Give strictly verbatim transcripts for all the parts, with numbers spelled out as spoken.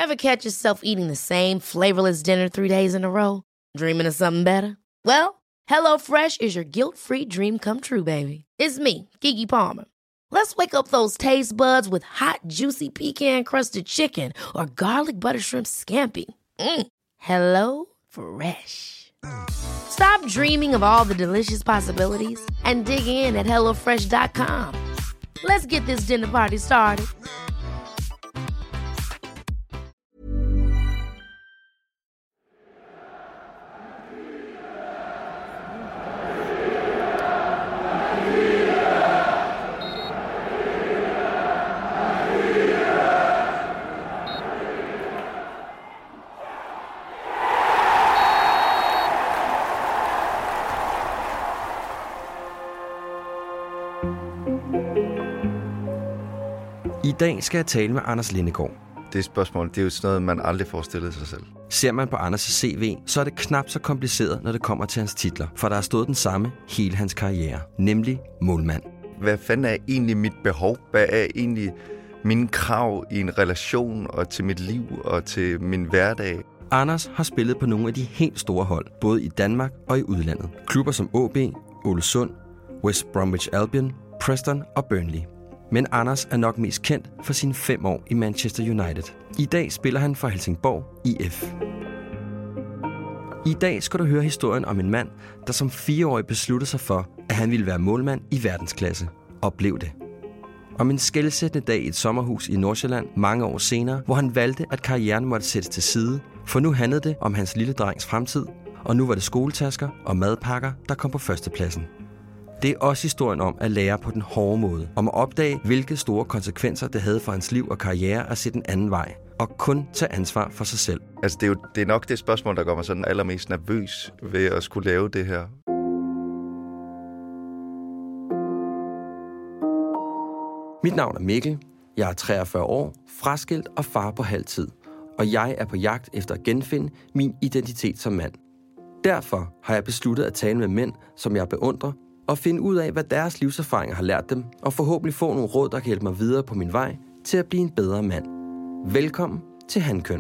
Ever catch yourself eating the same flavorless dinner three days in a row? Dreaming of something better? Well, HelloFresh is your guilt-free dream come true, baby. It's me, Keke Palmer. Let's wake up those taste buds with hot, juicy pecan-crusted chicken or garlic butter shrimp scampi. Mm. Hello Fresh. Stop dreaming of all the delicious possibilities and dig in at hello fresh dot com. Let's get this dinner party started. I dag skal jeg tale med Anders Lindegaard. Det spørgsmål, det er jo sådan noget, man aldrig forestillede sig selv. Ser man på Anders' C V, så er det knap så kompliceret, når det kommer til hans titler. For der har stået den samme hele hans karriere, nemlig målmand. Hvad fanden er egentlig mit behov? Hvad er egentlig mine krav i en relation og til mit liv og til min hverdag? Anders har spillet på nogle af de helt store hold, både i Danmark og i udlandet. Klubber som A B, Ålesund, West Bromwich Albion, Preston og Burnley. Men Anders er nok mest kendt for sine fem år i Manchester United. I dag spiller han for Helsingborg I F. I dag skal du høre historien om en mand, der som fireårig besluttede sig for, at han ville være målmand i verdensklasse, og blev det. Om en skelsættende dag i et sommerhus i Nordsjælland mange år senere, hvor han valgte, at karrieren måtte sættes til side, for nu handlede det om hans lille drengs fremtid, og nu var det skoletasker og madpakker, der kom på førstepladsen. Det er også historien om at lære på den hårde måde, om at opdage, hvilke store konsekvenser det havde for hans liv og karriere at se den anden vej, og kun tage ansvar for sig selv. Altså, det er jo det er nok det spørgsmål, der gør mig sådan allermest nervøs ved at skulle lave det her. Mit navn er Mikkel, jeg er treogfyrre år, fraskilt og far på halv tid, og jeg er på jagt efter at genfinde min identitet som mand. Derfor har jeg besluttet at tale med mænd, som jeg beundrer, og finde ud af, hvad deres livserfaringer har lært dem, og forhåbentlig få nogle råd, der kan hjælpe mig videre på min vej til at blive en bedre mand. Velkommen til Hankøn.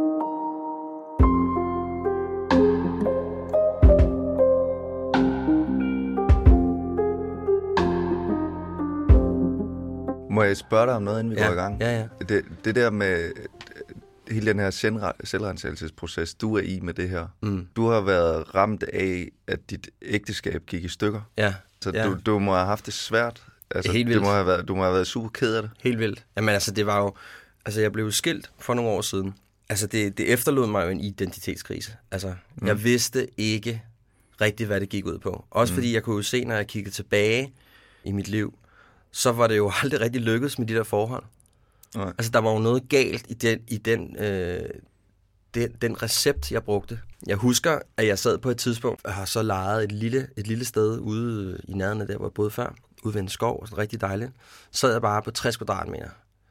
Må jeg spørge dig om noget, inden vi ja, går i gang? Ja, ja. Det, det der med hele den her selvrensagelsesproces, du er i med det her. Mm. Du har været ramt af, at dit ægteskab gik i stykker. Ja. Så ja. Du, du må have haft det svært. Altså, Helt vildt. Du må have været, du må have været super ked af det. Helt vildt. Jamen altså, det var jo... Altså, jeg blev skilt for nogle år siden. Altså, det, det efterlod mig jo en identitetskrise. Altså, mm. jeg vidste ikke rigtigt, hvad det gik ud på. Også mm. fordi jeg kunne jo se, når jeg kiggede tilbage i mit liv, så var det jo aldrig rigtig lykkedes med de der forhold. Nej. Altså, der var jo noget galt i den, i den, øh, den, den recept, jeg brugte. Jeg husker, at jeg sad på et tidspunkt og har så lejet et lille, et lille sted ude i nærheden af der, hvor jeg boede før, ude ved en skov, og sådan rigtig dejligt. Så sad jeg bare på tres kvadratmeter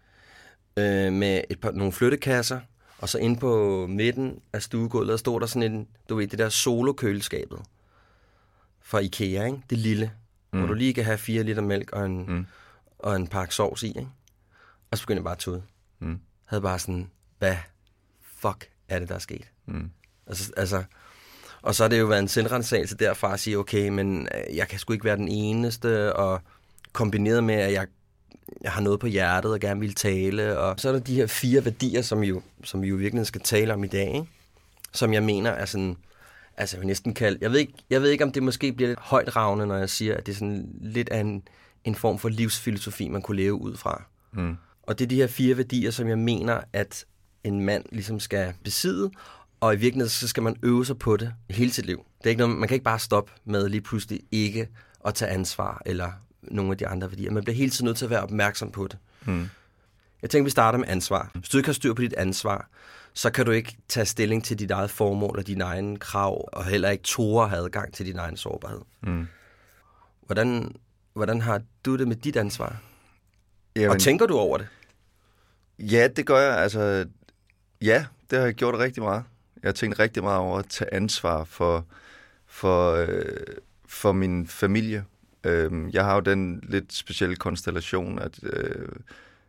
øh, med et par, nogle flyttekasser, og så inde på midten af stuegulvet, der stod der sådan en, du ved, det der Solo-køleskabet fra IKEA, ikke? Det lille, mm. hvor du lige kan have fire liter mælk og en, mm. og en pakke sovs i, ikke? Og så begyndte jeg bare at tude. Mm. Havde bare sådan, hvad fuck er det, der er sket? Mm. Altså, altså, og så har det jo været en selvrensagelse derfra at sige, okay, men jeg kan sgu ikke være den eneste, og kombineret med, at jeg, jeg har noget på hjertet og gerne vil tale. Og så er der de her fire værdier, som, jo, som vi jo virkelig skal tale om i dag, ikke? Som jeg mener er sådan, altså jeg vil næsten kalde, jeg ved, ikke, jeg ved ikke, om det måske bliver lidt højtravende, når jeg siger, at det er sådan lidt af en, en form for livsfilosofi, man kunne leve ud fra. Mm. Og det er de her fire værdier, som jeg mener, at en mand ligesom skal besidde, og i virkeligheden så skal man øve sig på det hele sit liv. Det er ikke noget, man kan ikke bare stoppe med lige pludselig ikke at tage ansvar, eller nogle af de andre værdier. Man bliver hele tiden nødt til at være opmærksom på det. Mm. Jeg tænker, vi starter med ansvar. Hvis du ikke har styr på dit ansvar, så kan du ikke tage stilling til dit eget formål og dine egne krav, og heller ikke tåre have adgang til din egen sårbarhed. Mm. Hvordan, hvordan har du det med dit ansvar? Jamen, og tænker du over det? Ja, det gør jeg. Altså, ja, det har jeg gjort rigtig meget. Jeg har tænkt rigtig meget over at tage ansvar for, for, øh, for min familie. Øh, jeg har jo den lidt specielle konstellation, at øh,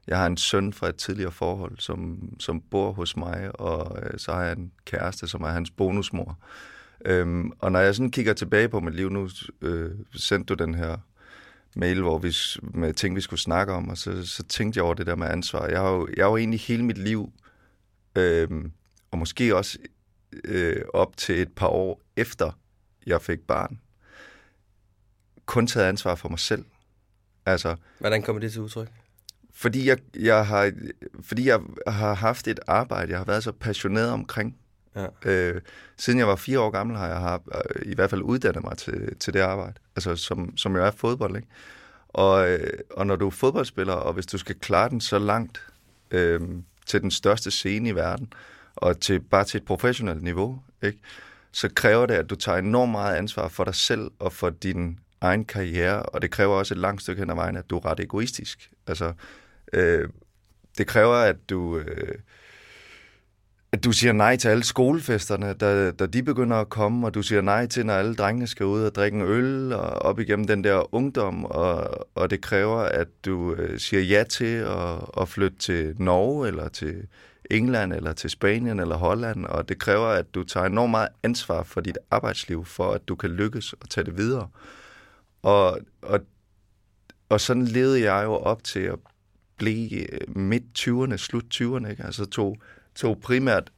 Jeg har en søn fra et tidligere forhold, som, som bor hos mig, og øh, så har jeg en kæreste, som er hans bonusmor. Øhm, og når jeg sådan kigger tilbage på mit liv, nu øh, sendte du den her mail, hvor vi, med ting, vi skulle snakke om, og så, så tænkte jeg over det der med ansvar. Jeg har jo, jeg har jo egentlig hele mit liv, øh, og måske også øh, op til et par år efter jeg fik barn, kun taget ansvar for mig selv. Altså, hvordan kommer det til udtryk? Fordi jeg, jeg har, fordi jeg har haft et arbejde, jeg har været så passioneret omkring. Ja. Øh, siden jeg var fire år gammel, har jeg har, øh, i hvert fald uddannet mig til, til det arbejde, altså som, som jo er fodbold, ikke? Og, øh, og når du er fodboldspiller, og hvis du skal klare den så langt øh, til den største scene i verden, og til, bare til et professionelt niveau, ikke? Så kræver det, at du tager enormt meget ansvar for dig selv og for din egen karriere, og det kræver også et langt stykke hen ad vejen, at du er ret egoistisk. Altså, øh, det kræver, at du... Øh, at du siger nej til alle skolefesterne, da, da de begynder at komme, og du siger nej til, når alle drengene skal ud og drikke en øl, og op igennem den der ungdom, og, og det kræver, at du øh, siger ja til at, at flytte til Norge, eller til England, eller til Spanien, eller Holland, og det kræver, at du tager enormt meget ansvar for dit arbejdsliv, for at du kan lykkes og tage det videre. Og, og, og sådan levede jeg jo op til at blive midt tyverne, slut tyverne, ikke? Altså tog... Så primært,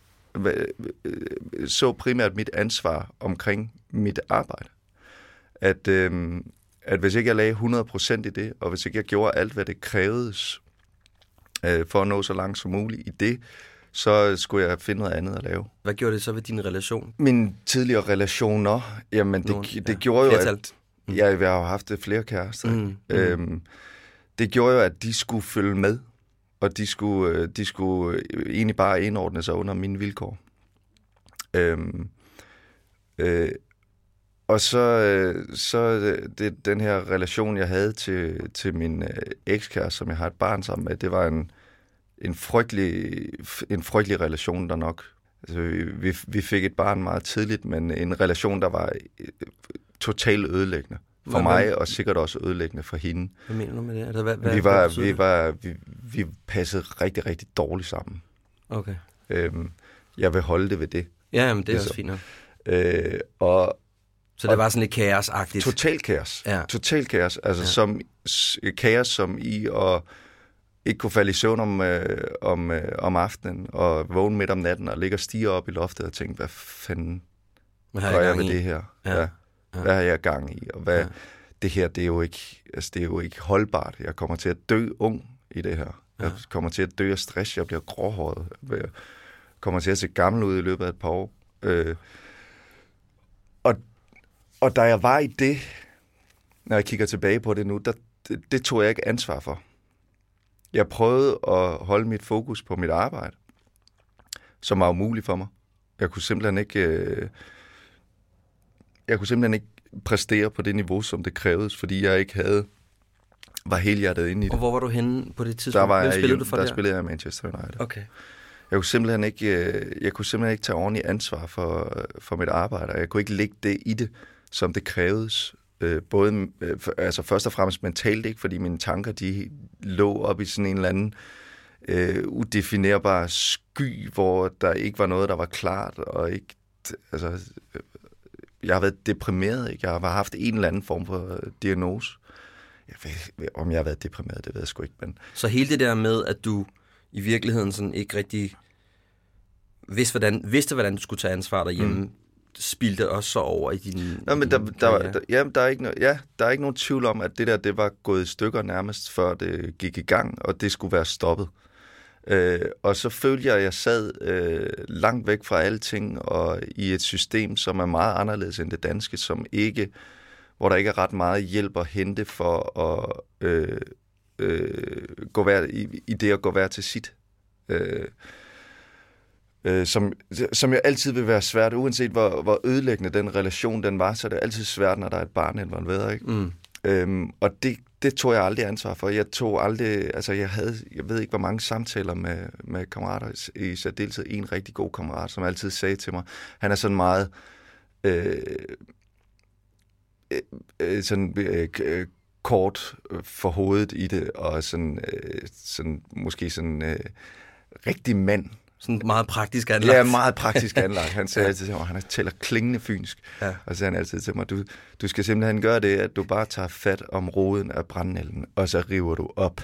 så primært mit ansvar omkring mit arbejde. At, øh, at hvis ikke jeg lagde hundrede procent i det, og hvis ikke jeg gjorde alt, hvad det krævedes øh, for at nå så langt som muligt i det, så skulle jeg finde noget andet at lave. Hvad gjorde det så ved din relation? Mine tidligere relationer, jamen det, Nogle, det ja. gjorde jo, Flertal. at mm. ja, jeg har jo haft flere kærester. Mm. Mm. Øhm, det gjorde jo, at de skulle følge med. Og de skulle, de skulle egentlig bare indordne sig under mine vilkår. Øhm, øh, og så, så det, den her relation, jeg havde til, til min ekskæreste, som jeg har et barn sammen med, det var en, en, frygtelig, en frygtelig relation, der nok... Altså, vi, vi fik et barn meget tidligt, men en relation, der var totalt ødelæggende. For hvad, mig, hvad, og sikkert også ødelæggende for hende. Hvad mener du med det? Altså, hvad, hvad, vi, var, hvad vi, var, vi, vi passede rigtig, rigtig dårligt sammen. Okay. Øhm, jeg vil holde det ved det. Ja, jamen, det er det også så. fint nok. Øh, og, så det og var sådan lidt kaosagtigt? Total kaos. Ja. Total kaos. Altså ja. som, kaos som i at ikke kunne falde i søvn om, øh, om, øh, om aftenen, og vågne midt om natten, og ligge og stige op i loftet og tænke, hvad fanden hvad gør jeg, jeg med i? det her? Ja. Hvad, ja. hvad har jeg gang i? Og hvad... Ja. Det her, det er, jo ikke, altså, det er jo ikke holdbart. Jeg kommer til at dø ung i det her. Jeg ja. kommer til at dø af stress. Jeg bliver gråhåret. Jeg kommer til at se gammel ud i løbet af et par år. Øh, og, og da jeg var i det, når jeg kigger tilbage på det nu, der, det, det tog jeg ikke ansvar for. Jeg prøvede at holde mit fokus på mit arbejde, som var umuligt for mig. Jeg kunne simpelthen ikke... Øh, jeg kunne simpelthen ikke præstere på det niveau, som det krævedes, fordi jeg ikke havde, var helhjertet inde i det. Og hvor var du henne på det tidspunkt? Der var jeg, spillede du for der, der der? spillede jeg i Manchester United. Okay. Jeg kunne simpelthen ikke, jeg kunne simpelthen ikke tage ordentligt ansvar for, for mit arbejde, jeg kunne ikke lægge det i det, som det krævedes. Både, altså først og fremmest mentalt, ikke, fordi mine tanker, de lå op i sådan en eller anden uh, udefinerbar sky, hvor der ikke var noget, der var klart, og ikke, altså... Jeg har været deprimeret, ikke? Jeg har haft en eller anden form for diagnose. Jeg ved, om jeg har været deprimeret, det ved jeg sgu ikke. Men... Så hele det der med, at du i virkeligheden sådan ikke rigtig vidste, hvordan, vidste, hvordan du skulle tage ansvar derhjemme, mm. spildte også så over i din... Nå, men der, der, der, ja, der, er ikke no, ja, der er ikke nogen tvivl om, at det der, det var gået i stykker nærmest, før det gik i gang, og det skulle være stoppet. Øh, og så følte jeg, at jeg sad øh, langt væk fra alting, og i et system, som er meget anderledes end det danske, som ikke, hvor der ikke er ret meget hjælp at hente for at øh, øh, gå hver, i, i det at gå hver til sit. Øh, øh, som, som jo altid vil være svært, uanset hvor, hvor ødelæggende den relation den var, så er det altid svært, når der er et barn involveret, ikke? Mm. Øhm, og det, det tog jeg aldrig ansvar for. Jeg tog aldrig, altså jeg havde, jeg ved ikke hvor mange samtaler med, med kammerater, i særdeleshed en rigtig god kammerat, som altid sagde til mig, han er sådan meget, øh, øh, sådan, øh, kort øh, for hovedet i det, og sådan, øh, sådan måske sådan øh, rigtig mand. Sådan meget praktisk anlagt. Ja, meget praktisk anlagt. Han sagde altid til mig, han taler klingende fynsk, ja. Og så sagde han altid til mig, du, du skal simpelthen gøre det, at du bare tager fat om roden af brændenælden, og så river du op.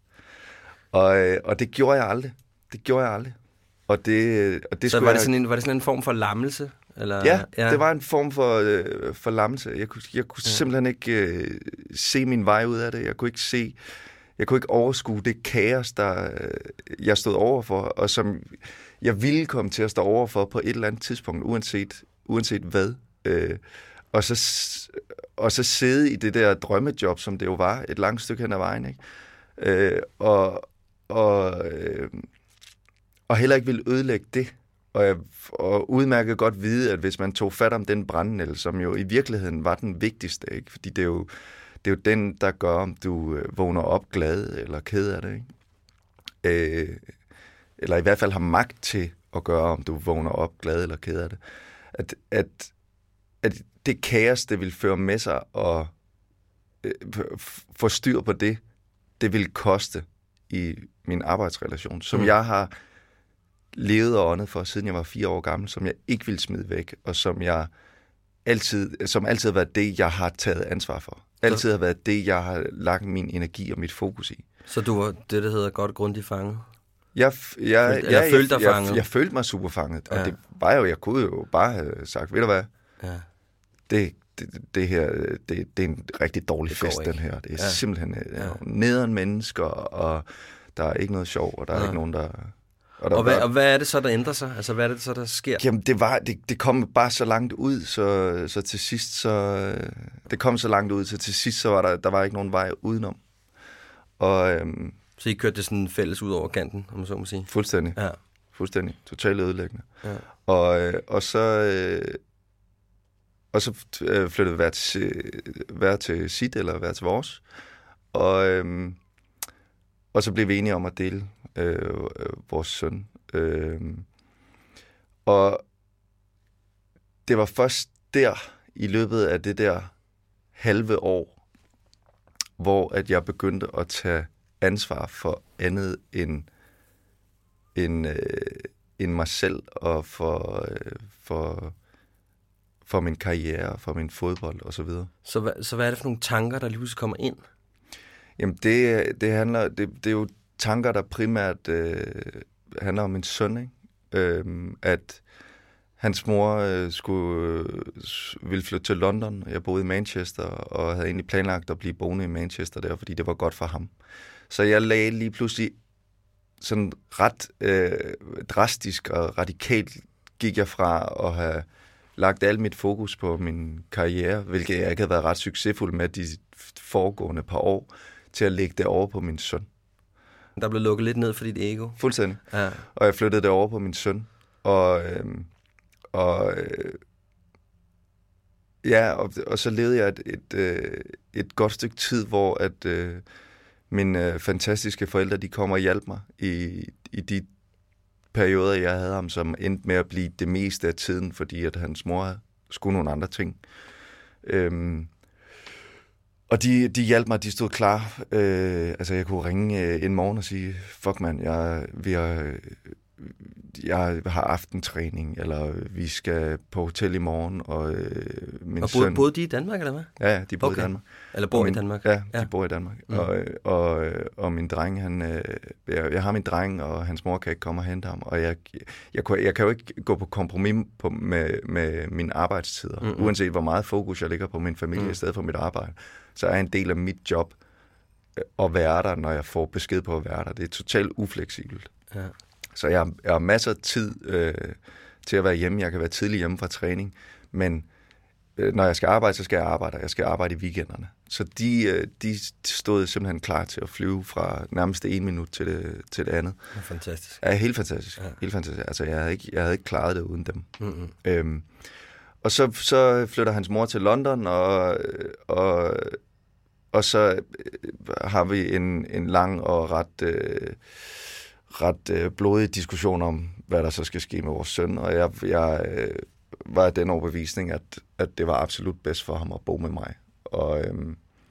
Og, øh, og det gjorde jeg aldrig. Det gjorde jeg aldrig. Og det, og det så var det, jeg... sådan en, var det sådan en form for lammelse? Eller? Ja, ja, det var en form for, øh, for lammelse. Jeg kunne, jeg kunne ja. simpelthen ikke øh, se min vej ud af det. Jeg kunne ikke se, jeg kunne ikke overskue det kaos, der øh, jeg stod overfor, og som jeg ville komme til at stå overfor på et eller andet tidspunkt, uanset, uanset hvad. Øh, og, så, og så sidde i det der drømmejob, som det jo var, et langt stykke hen ad vejen, ikke? Øh, og, og, øh, og heller ikke ville ødelægge det. Og, jeg, og udmærket godt vide, at hvis man tog fat om den brændenælde, som jo i virkeligheden var den vigtigste, ikke? Fordi det er, jo, det er jo den, der gør, om du øh, vågner op glad eller ked af det, ikke? Øh, eller i hvert fald har magt til at gøre, om du vågner op glad eller ked af det. At, at, at det kaos, det vil føre med sig og øh, få styr på det, det vil koste i min arbejdsrelation, som mm. jeg har levet og åndet for, siden jeg var fire år gammel, som jeg ikke vil smide væk, og som jeg altid, som altid har været det, jeg har taget ansvar for. Altid har været det, jeg har lagt min energi og mit fokus i. Så du var det, der hedder godt grundigt fanget? Jeg, jeg, Følte, jeg, jeg, følte dig jeg, fanget? Jeg, jeg følte mig super fanget, og ja. det var jo, jeg kunne jo bare have sagt, ved du hvad, ja. det, det, det her, det, det er en rigtig dårlig det fest, den her. Det er ja. simpelthen ja. nederen mennesker, og der er ikke noget sjov, og der er ja. ikke nogen, der... Og, og, hvad, og hvad er det så, der ændrer sig? Altså, hvad er det så, der sker? Jamen, det, var, det, det kom bare så langt ud, så, så til sidst, så... Det kom så langt ud, så til sidst, så var der, der var ikke nogen vej udenom. Og, øhm, så I kørte det sådan fælles ud over kanten, om man så må sige? Fuldstændig. Ja. Fuldstændig. Totalt ødelæggende. Ja. Og, øh, og så... Øh, og så øh, flyttede vi hver til, hver til sit, eller hver til vores. Og, øhm, og så blev vi enige om at dele øh, øh, vores søn. Øh, og det var først der, i løbet af det der halve år, hvor at jeg begyndte at tage ansvar for andet end, end, øh, end mig selv, og for, øh, for, for min karriere, for min fodbold og så videre. Så hvad, så hvad er det for nogle tanker, der lige pludselig kommer ind? Jamen det, det handler, det, det er jo tanker, der primært øh, handler om min søn, ikke? Øhm, at hans mor øh, skulle øh, ville flytte til London. Jeg boede i Manchester og havde egentlig planlagt at blive boende i Manchester der, fordi det var godt for ham. Så jeg lagde lige pludselig sådan ret øh, drastisk og radikalt gik jeg fra at have lagt alt mit fokus på min karriere, hvilket jeg ikke havde været ret succesfuld med de foregående par år, til at lægge det over på min søn. Der blev lukket lidt ned for dit ego? Fuldstændig. Ja. Og jeg flyttede det over på min søn. Og, øhm, og, øh, ja, og, og så levede jeg et, et, øh, et godt stykke tid, hvor at, øh, mine øh, fantastiske forældre, de kom og hjalp mig i, i de perioder, jeg havde ham, som endte med at blive det meste af tiden, fordi at hans mor skulle nogle andre ting. Øhm, Og de, de hjalp mig, de stod klar. Øh, altså, jeg kunne ringe øh, en morgen og sige, fuck mand, jeg, vi har, jeg har aftentræning, eller vi skal på hotel i morgen, og øh, min og søn... Og boede de i Danmark, eller hvad? Ja, ja, de boede okay. i Danmark. Eller bor min, i Danmark? Ja, de ja. bor i Danmark. Mm. Og, og, og min dreng, han... Øh, jeg, jeg har min dreng, og hans mor kan ikke komme og hente ham, og jeg, jeg, jeg, jeg kan jo ikke gå på kompromis på, med, med mine arbejdstider, mm-hmm. uanset hvor meget fokus jeg lægger på min familie mm. i stedet for mit arbejde. Så er en del af mit job at være der, når jeg får besked på at være der. Det er totalt ufleksibelt. Ja. Så jeg har, jeg har masser af tid øh, til at være hjemme. Jeg kan være tidlig hjemme fra træning, men øh, når jeg skal arbejde, så skal jeg arbejde, og jeg skal arbejde i weekenderne. Så de, øh, de stod simpelthen klar til at flyve fra nærmest det ene minut til det, til det andet. Det er fantastisk. Ja, helt fantastisk. Ja. Helt fantastisk. Altså, jeg havde, ikke, jeg havde ikke klaret det uden dem. Mm-hmm. Øhm, og så, så flytter hans mor til London, og, og, og så har vi en, en lang og ret, øh, ret øh, blodig diskussion om, hvad der så skal ske med vores søn. Og jeg, jeg øh, var af den overbevisning, at, at det var absolut bedst for ham at bo med mig. Og, øhm,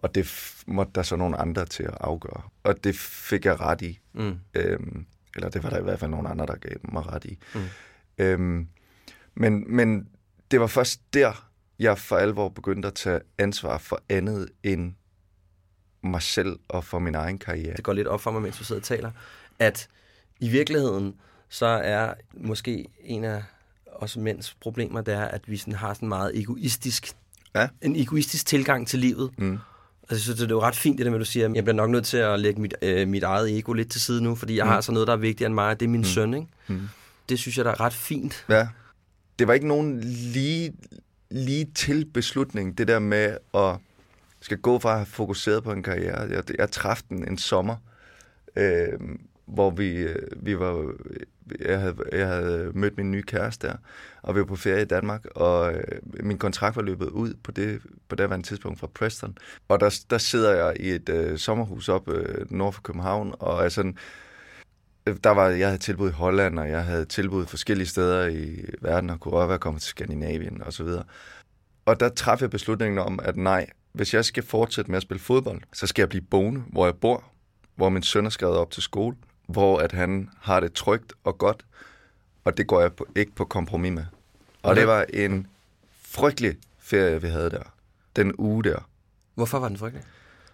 og det f- måtte der så nogle andre til at afgøre. Og det fik jeg ret i. Mm. Øhm, eller det var der i hvert fald nogle andre, der gav mig ret i. Mm. Øhm, men, men det var først der, jeg for alvor begyndte at tage ansvar for andet end mig selv og for min egen karriere. Det går lidt op for mig, mens du sidder og taler, at i virkeligheden, så er måske en af os mænds problemer, det er, at vi sådan har sådan meget egoistisk, ja. en egoistisk tilgang til livet. Mm. Altså, så det er jo ret fint, det der med, at du siger, jeg bliver nok nødt til at lægge mit, øh, mit eget ego lidt til side nu, fordi jeg mm. har så noget, der er vigtigere end mig, og det er min mm. søn, ikke? Mm. Det synes jeg, der er ret fint. Ja. Det var ikke nogen lige, lige til beslutning, det der med at skal gå fra at have fokuseret på en karriere. Jeg, jeg traf den en sommer, øh, hvor vi, vi var, jeg havde, jeg havde mødt min nye kæreste der, og vi var på ferie i Danmark, og øh, min kontrakt var løbet ud på det på det daværende tidspunkt fra Preston. Og der, der sidder jeg i et øh, sommerhus op øh, nord for København, og er sådan, der var, jeg havde tilbud i Holland, og jeg havde tilbud forskellige steder i verden, og kunne også være kommet til Skandinavien og så videre. Og der traf jeg beslutningen om, at nej, hvis jeg skal fortsætte med at spille fodbold, så skal jeg blive boende, hvor jeg bor, hvor min søn er skrevet op til skole, hvor at han har det trygt og godt, og det går jeg på, ikke på kompromis med. Og okay. Det var en frygtelig ferie, vi havde der. Den uge der. Hvorfor var den frygtelig?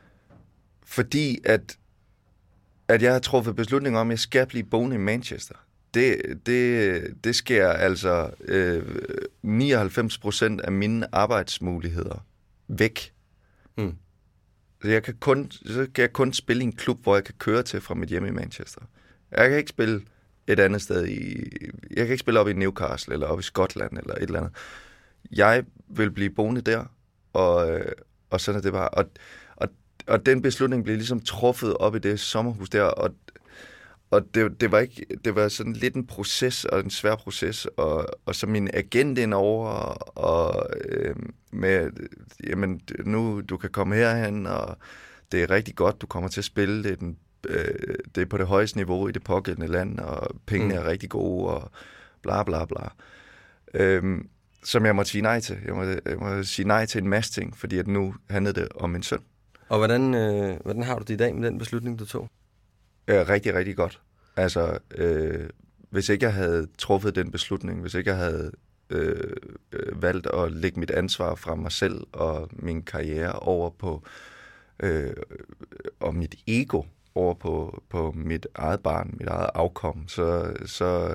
Fordi at, at jeg har truffet beslutning om, at jeg skal blive boende i Manchester. Det, det, det sker altså øh, nioghalvfems procent af mine arbejdsmuligheder væk. Mm. Så jeg kan kun, så kan jeg kun spille i en klub, hvor jeg kan køre til fra mit hjem i Manchester. Jeg kan ikke spille et andet sted i... Jeg kan ikke spille op i Newcastle, eller op i Skotland, eller et eller andet. Jeg vil blive boende der, og, og sådan er det bare. Og, og, og den beslutning blev ligesom truffet op i det sommerhus der, og, og det, det var ikke... Det var sådan lidt en proces, og en svær proces, og, og så min agent indover, og øh, med... Jamen, nu du kan komme herhen, og det er rigtig godt, du kommer til at spille. Det er, den, øh, det er på det højeste niveau i det pågældende land, og pengene mm. er rigtig gode, og bla bla bla. Øhm, som jeg måtte sige nej til. Jeg måtte, jeg måtte sige nej til en masse ting, fordi at nu handlede det om min søn. Og hvordan, øh, hvordan har du det i dag med den beslutning, du tog? Øh, rigtig, rigtig godt. Altså, øh, hvis ikke jeg havde truffet den beslutning, hvis ikke jeg havde øh, øh, valgt at lægge mit ansvar fra mig selv og min karriere over på, øh, og mit ego over på, på mit eget barn, mit eget afkom, så, så,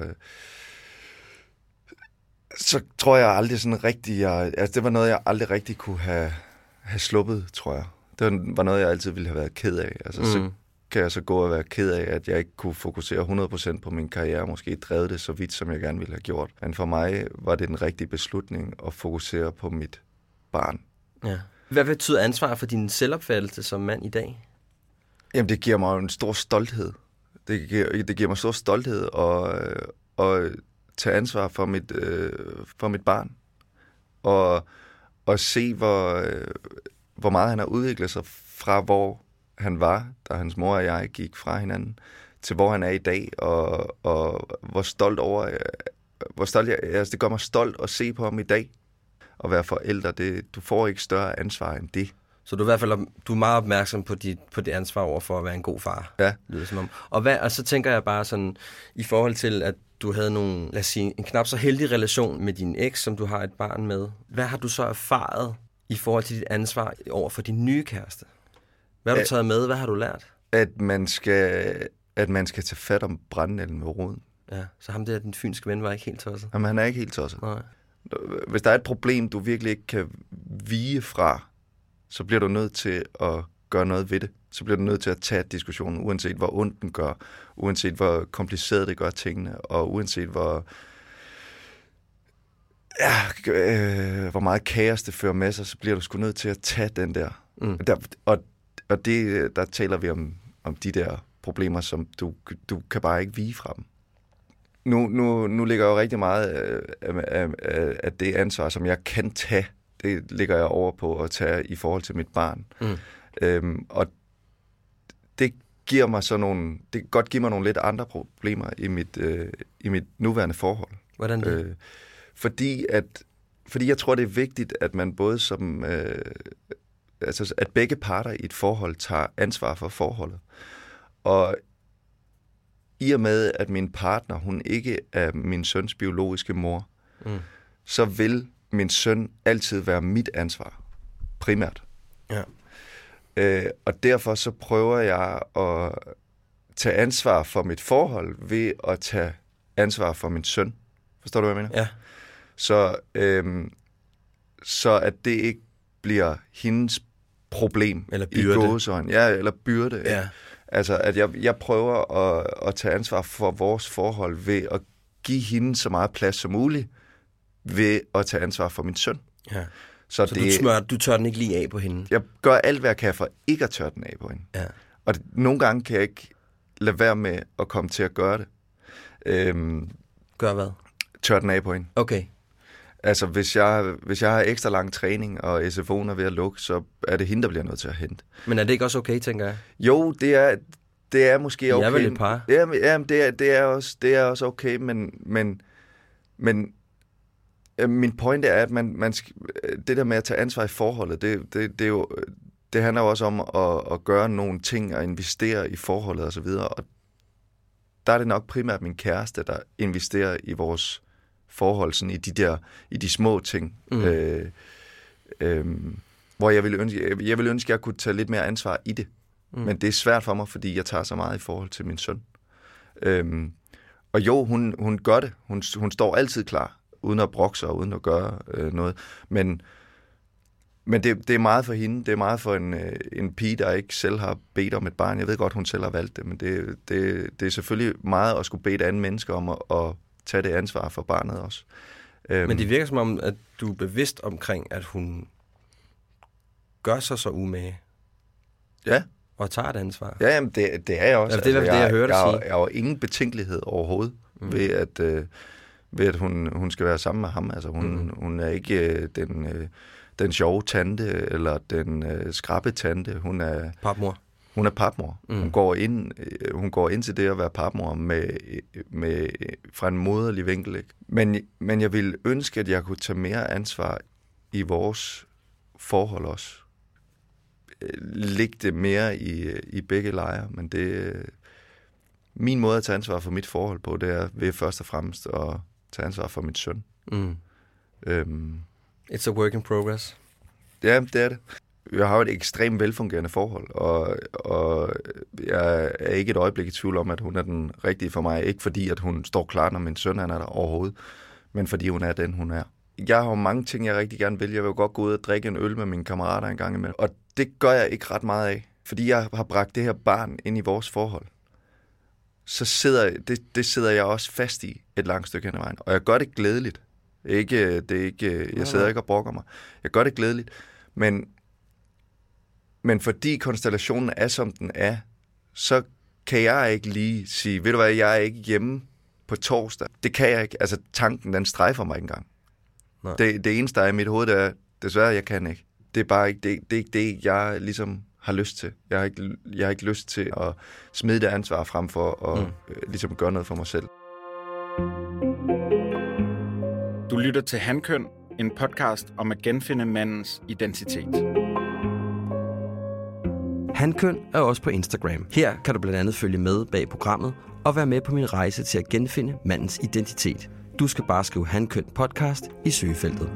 så tror jeg aldrig sådan rigtig, jeg, altså det var noget, jeg aldrig rigtig kunne have, have sluppet, tror jeg. Det var noget, jeg altid ville have været ked af. Altså, mm. så kan jeg så gå og være ked af, at jeg ikke kunne fokusere hundrede procent på min karriere, måske drevet det så vidt, som jeg gerne ville have gjort. Men for mig var det den rigtige beslutning at fokusere på mit barn. Ja. Hvad betyder ansvar for din selvopfattelse som mand i dag? Jamen, det giver mig en stor stolthed. Det giver, det giver mig stor stolthed at, at tage ansvar for mit, for mit barn. Og, og se, hvor, hvor meget han har udviklet sig fra, hvor han var, da hans mor og jeg gik fra hinanden, til hvor han er i dag, og, og hvor stolt over, hvor stolt jeg, altså det gør mig stolt at se på ham i dag, og være forældre. Det, du får ikke større ansvar end det. Så du er i hvert fald du er meget opmærksom på dit, på det ansvar over for at være en god far. Ja. Lyder som om. Og, hvad, og så tænker jeg bare sådan, i forhold til, at du havde nogle, lad os sige, en knap så heldig relation med din eks, som du har et barn med. Hvad har du så erfaret i forhold til dit ansvar over for din nye kæreste? Hvad har du taget med? Hvad har du lært? At man skal, at man skal tage fat om brændenælden med roden. Ja, så ham der, den fynske ven, var ikke helt tosset? Jamen, han er ikke helt tosset. Nej. Hvis der er et problem, du virkelig ikke kan vige fra, så bliver du nødt til at gøre noget ved det. Så bliver du nødt til at tage diskussionen, uanset hvor ondt den gør, uanset hvor kompliceret det gør tingene, og uanset hvor, ja, øh, hvor meget kaos det fører med sig, så bliver du sgu nødt til at tage den der. Mm. der og og det, der taler vi om, om de der problemer, som du, du kan bare ikke vige fra dem. Nu, nu, nu ligger jo rigtig meget af, af, af, af det ansvar, som jeg kan tage, det ligger jeg over på at tage i forhold til mit barn. Mm. Øhm, og det giver mig så nogle, det kan godt give mig nogle lidt andre problemer i mit, øh, i mit nuværende forhold. Hvordan det? Øh, fordi, at, fordi jeg tror, det er vigtigt, at man både som, øh, altså, at begge parter i et forhold tager ansvar for forholdet. Og i og med, at min partner, hun ikke er min søns biologiske mor, mm. så vil min søn altid være mit ansvar, primært. Ja. Øh, og derfor så prøver jeg at tage ansvar for mit forhold ved at tage ansvar for min søn. Forstår du, hvad jeg mener? Ja. Så, øhm, så at det ikke bliver hendes problem eller byrde. I gåseøjne. Ja, eller byrde. Ja. Altså, at jeg, jeg prøver at, at tage ansvar for vores forhold ved at give hende så meget plads som muligt, ved at tage ansvar for min søn. Ja. Så, så det, du, smør, du tør den ikke lige af på hende? Jeg gør alt, hvad jeg kan for ikke at tørre den af på hende. Ja. Og det, nogle gange kan jeg ikke lade være med at komme til at gøre det. Øhm, Gør hvad? Tør den af på hende. Okay. Altså, hvis jeg, hvis jeg har ekstra lang træning, og S F O'en er ved at lukke, så er det hende, der bliver nødt til at hente. Men er det ikke også okay, tænker jeg? Jo, det er, det er måske okay. Jeg er vel et par. Ja, ja det, er, det, er også, det er også okay, men, men, men min pointe er, at man, man skal, det der med at tage ansvar i forholdet, det, det, det, er jo, det handler jo også om at, at gøre nogle ting og investere i forholdet osv., og der er det nok primært min kæreste, der investerer i vores forhold, sådan i de der, i de små ting, mm. øh, øh, hvor jeg ville ønske, jeg ville ønske, at jeg kunne tage lidt mere ansvar i det. Mm. Men det er svært for mig, fordi jeg tager så meget i forhold til min søn. Øh, og jo, hun, hun gør det. Hun, hun står altid klar, uden at brokke sig og uden at gøre øh, noget. Men, men det, det er meget for hende. Det er meget for en, en pige, der ikke selv har bedt om et barn. Jeg ved godt, hun selv har valgt det, men det, det, det er selvfølgelig meget at skulle bede et andet menneske om at, at tage det ansvar for barnet også. Men det virker som om, at du er bevidst omkring, at hun gør sig så umage. Ja. Og tager et ansvar. Ja, jamen det, det er jeg også. Altså, det er altså, det, jeg, jeg hører dig sige. Jeg har jo ingen betænkelighed overhovedet mm. ved, at, øh, ved, at hun, hun skal være sammen med ham. Altså, hun, mm. hun er ikke øh, den, øh, den sjove tante, eller den øh, skrappe tante. Hun er... Papmor. Hun er papmor. Mm. Hun, går ind, hun går ind til det at være papmor med, med, fra en moderlig vinkel. Ikke? Men, men jeg ville ønske, at jeg kunne tage mere ansvar i vores forhold også. Lægge det mere i, i begge lejre. Men det, min måde at tage ansvar for mit forhold på, det er ved først og fremmest at tage ansvar for min søn. Mm. Øhm, It's a work in progress. Ja, det er det. Jeg har jo et ekstremt velfungerende forhold, og, og jeg er ikke et øjeblik i tvivl om, at hun er den rigtige for mig. Ikke fordi, at hun står klar, når min søn er der overhovedet, men fordi hun er den, hun er. Jeg har jo mange ting, jeg rigtig gerne vil. Jeg vil jo godt gå ud og drikke en øl med mine kammerater en gang imellem, og det gør jeg ikke ret meget af, fordi jeg har bragt det her barn ind i vores forhold. Så sidder det, det sidder jeg også fast i et langt stykke hen ad vejen, og jeg gør det glædeligt. Ikke, det er ikke, jeg sidder ikke og brokker mig. Jeg gør det glædeligt, men Men fordi konstellationen er, som den er, så kan jeg ikke lige sige, ved du hvad, jeg er ikke hjemme på torsdag. Det kan jeg ikke. Altså, tanken, den strejfer mig ikke engang. Det, det eneste, der er i mit hoved, det er, desværre, jeg kan ikke. Det er bare ikke det, det, er ikke det jeg ligesom har lyst til. Jeg har ikke, jeg har ikke lyst til at smide det ansvar frem for at mm. øh, ligesom gøre noget for mig selv. Du lytter til Hankøn, en podcast om at genfinde mandens identitet. Hankøn er også på Instagram. Her kan du blandt andet følge med bag programmet og være med på min rejse til at genfinde mandens identitet. Du skal bare skrive Hankøn podcast i søgefeltet.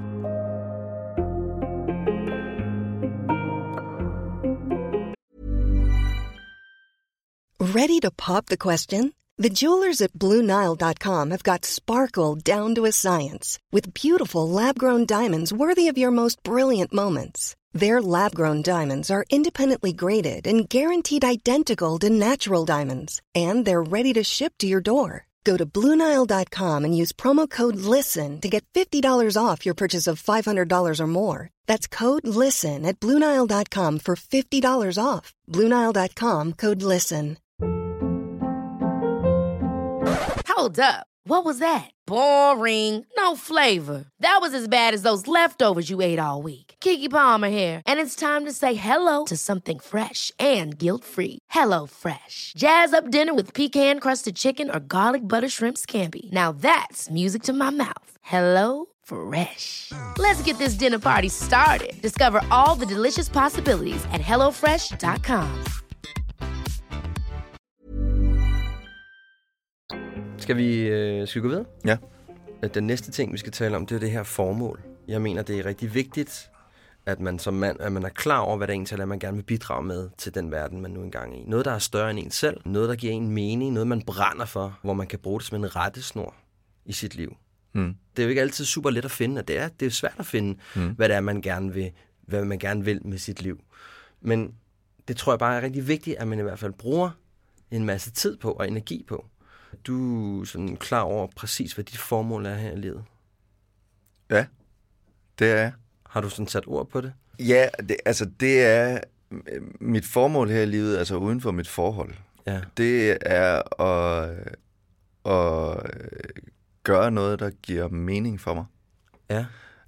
Ready to pop the question? The jewelers at Blue Nile dot com have got sparkle down to a science with beautiful lab-grown diamonds worthy of your most brilliant moments. Their lab-grown diamonds are independently graded and guaranteed identical to natural diamonds, and they're ready to ship to your door. Go to Blue Nile dot com and use promo code LISTEN to get fifty dollars off your purchase of five hundred dollars or more. That's code LISTEN at Blue Nile dot com for fifty dollars off. Blue Nile dot com, code LISTEN. Hold up. What was that? Boring. No flavor. That was as bad as those leftovers you ate all week. Keke Palmer here, and it's time to say hello to something fresh and guilt-free. Hello Fresh. Jazz up dinner with pecan-crusted chicken or garlic butter shrimp scampi. Now that's music to my mouth. Hello Fresh. Let's get this dinner party started. Discover all the delicious possibilities at hello fresh dot com. Skal vi, øh, skal vi gå videre? Ja. Den næste ting, vi skal tale om, det er det her formål. Jeg mener, det er rigtig vigtigt, at man som mand at man er klar over, hvad det egentlig er, man gerne vil bidrage med til den verden, man nu engang er i. Noget, der er større end en selv. Noget, der giver en mening. Noget, man brænder for, hvor man kan bruge det som en rettesnor i sit liv. Mm. Det er jo ikke altid super let at finde, og det er, det er svært at finde, mm. hvad det er, man gerne vil, hvad man gerne vil med sit liv. Men det tror jeg bare er rigtig vigtigt, at man i hvert fald bruger en masse tid på og energi på. Du er sådan klar over præcis, hvad dit formål er her i livet? Ja, det er jeg. Har du sådan sat ord på det? Ja, det, altså det er mit formål her i livet, altså uden for mit forhold. Ja. Det er at, at gøre noget, der giver mening for mig. Ja.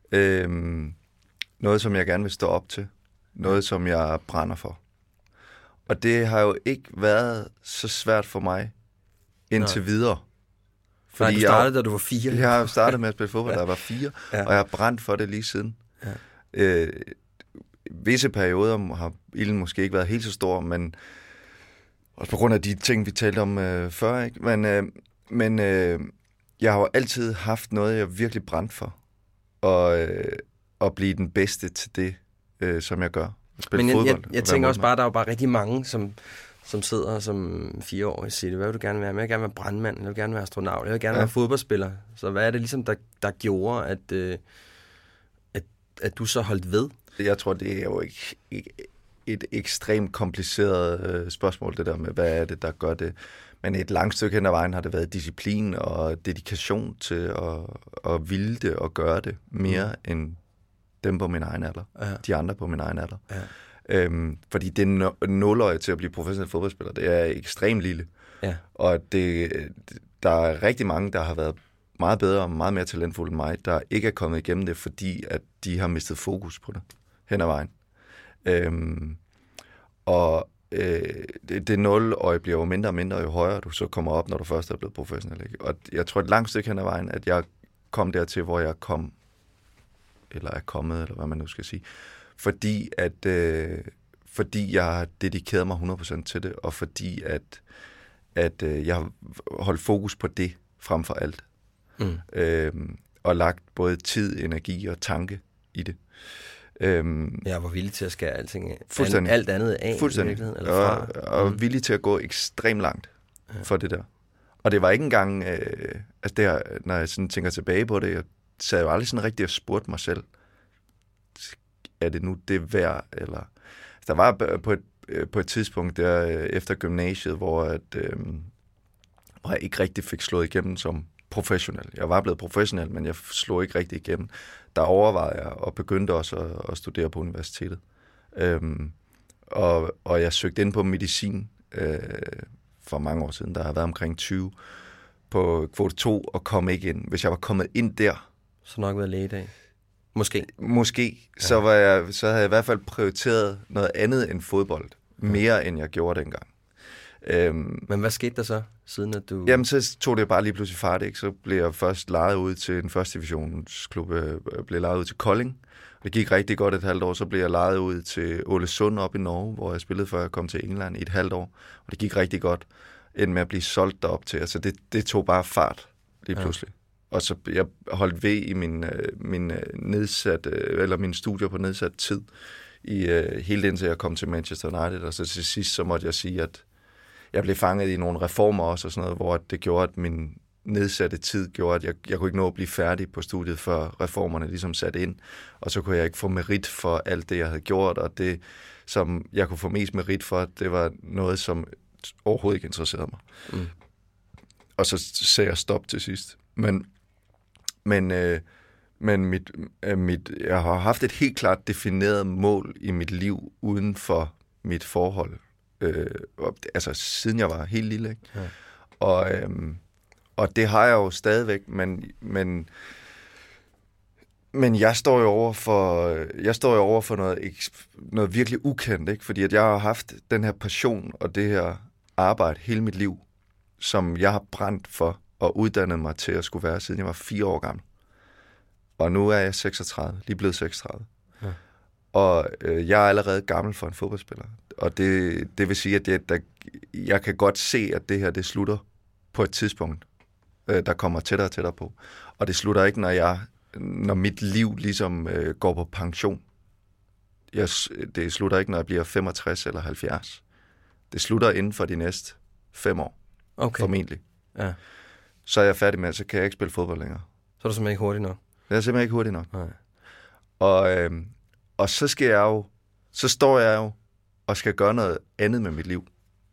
Øhm, noget, som jeg gerne vil stå op til. Noget, som jeg brænder for. Og det har jo ikke været så svært for mig indtil Nej. videre. Fordi Nej, du startede, jeg, da du var fire. Jeg har startet med at spille fodbold, da jeg var fire, ja. og jeg har brændt for det lige siden. Ja. Øh, visse perioder har ilden måske ikke været helt så stor, men også på grund af de ting, vi talte om øh, før. Ikke? Men, øh, men øh, jeg har jo altid haft noget, jeg virkelig brændt for. Og øh, at blive den bedste til det, øh, som jeg gør. Spille men jeg, fodbold. Jeg, jeg tænker også bare, at der er jo bare rigtig mange, som... som sidder som fireårig og siger, hvad vil du gerne være? Men jeg vil gerne være brandmand, jeg vil gerne være astronaut, jeg vil gerne ja. være fodboldspiller. Så hvad er det ligesom, der, der gjorde, at, øh, at, at du så holdt ved? Jeg tror, det er jo ikke, ikke et ekstremt kompliceret øh, spørgsmål, det der med, hvad er det, der gør det. Men et langt stykke hen ad vejen har det været disciplin og dedikation til at, at ville det og gøre det mere mm. end dem på min egen alder. Ja. De andre på min egen alder. Ja. Øhm, fordi det nåløje til at blive professionel fodboldspiller, det er ekstremt lille. Ja. Og det, der er rigtig mange, der har været meget bedre og meget mere talentfulde end mig, der ikke er kommet igennem det, fordi at de har mistet fokus på det hen ad vejen. Øhm, og øh, det, det nåløje bliver jo mindre og mindre, jo højere du så kommer op, når du først er blevet professionel. Ikke? Og jeg tror et langt stykke hen ad vejen, at jeg kom dertil, hvor jeg kom, eller er kommet, eller hvad man nu skal sige, Fordi at øh, fordi jeg har dedikeret mig hundrede procent til det, og fordi at, at øh, jeg har holdt fokus på det frem for alt. Mm. Øhm, og lagt både tid, energi og tanke i det. Øhm, jeg var villig til at skære alting af. Fuldstændig. Alt andet af fuldstændig. I virkeligheden? Eller fra? Og, og mm. villig til at gå ekstremt langt ja. for det der. Og det var ikke engang, øh, altså det her, når jeg sådan tænker tilbage på det, jeg sad jo aldrig sådan rigtig og spurgte mig selv, er det nu det værd, eller... Der var på et, på et tidspunkt der efter gymnasiet, hvor, at, øh, hvor jeg ikke rigtig fik slået igennem som professionel. Jeg var blevet professionel, men jeg slog ikke rigtig igennem. Der overvejede jeg og begyndte også at, at studere på universitetet. Øhm, og, og jeg søgte ind på medicin øh, for mange år siden. Der har været omkring tyve på kvote to og kom ikke ind. Hvis jeg var kommet ind der... Så nok været læge i dag. Måske. Måske. Ja. Så, var jeg, så havde jeg i hvert fald prioriteret noget andet end fodbold. Mere ja. end jeg gjorde dengang. Øhm, Men hvad skete der så, siden at du... Jamen, så tog det bare lige pludselig fart, ikke? Så blev jeg først lejet ud til en første divisionsklub, øh, blev lejet ud til Kolding. Det gik rigtig godt et halvt år. Så blev jeg lejet ud til Ålesund op i Norge, hvor jeg spillede, før jeg kom til England i et halvt år. Og det gik rigtig godt, endte med at blive solgt derop til. Altså, det, det tog bare fart lige pludselig. Ja. Og så jeg holdt ved i min, min nedsat, eller mine studier på nedsat tid, i, helt indtil jeg kom til Manchester United. Og så til sidst, så måtte jeg sige, at jeg blev fanget i nogle reformer også, og sådan noget, hvor det gjorde, at min nedsatte tid gjorde, at jeg, jeg kunne ikke nå at blive færdig på studiet, før reformerne ligesom satte ind. Og så kunne jeg ikke få merit for alt det, jeg havde gjort, og det, som jeg kunne få mest merit for, det var noget, som overhovedet ikke interesserede mig. Mm. Og så sagde jeg stop til sidst. Men, men, øh, men mit, øh, mit, jeg har haft et helt klart defineret mål i mit liv uden for mit forhold. Øh, altså siden jeg var helt lille, ikke? Ja. Og, øhm, og det har jeg jo stadigvæk, men, men, men jeg står jo over for, jeg står jo over for noget, noget virkelig ukendt, ikke? Fordi at jeg har haft den her passion og det her arbejde hele mit liv, som jeg har brændt for og uddannet mig til at skulle være, siden jeg var fire år gammel. Og nu er jeg seksogtredive, lige blevet seksogtredive. Ja. Og øh, jeg er allerede gammel for en fodboldspiller. Og det, det vil sige, at det, der, jeg kan godt se, at det her det slutter på et tidspunkt, øh, der kommer tættere og tættere på. Og det slutter ikke, når, jeg, når mit liv ligesom øh, går på pension. Jeg, det slutter ikke, når jeg bliver femogtres eller halvfjerds. Det slutter inden for de næste fem år. Okay. Formentlig. Ja. Så er jeg færdig med, så kan jeg ikke spille fodbold længere. Så er du simpelthen ikke hurtig nok? Jeg er simpelthen ikke hurtig nok. Nej. Og, øh, og så skal jeg jo, så står jeg jo og skal gøre noget andet med mit liv.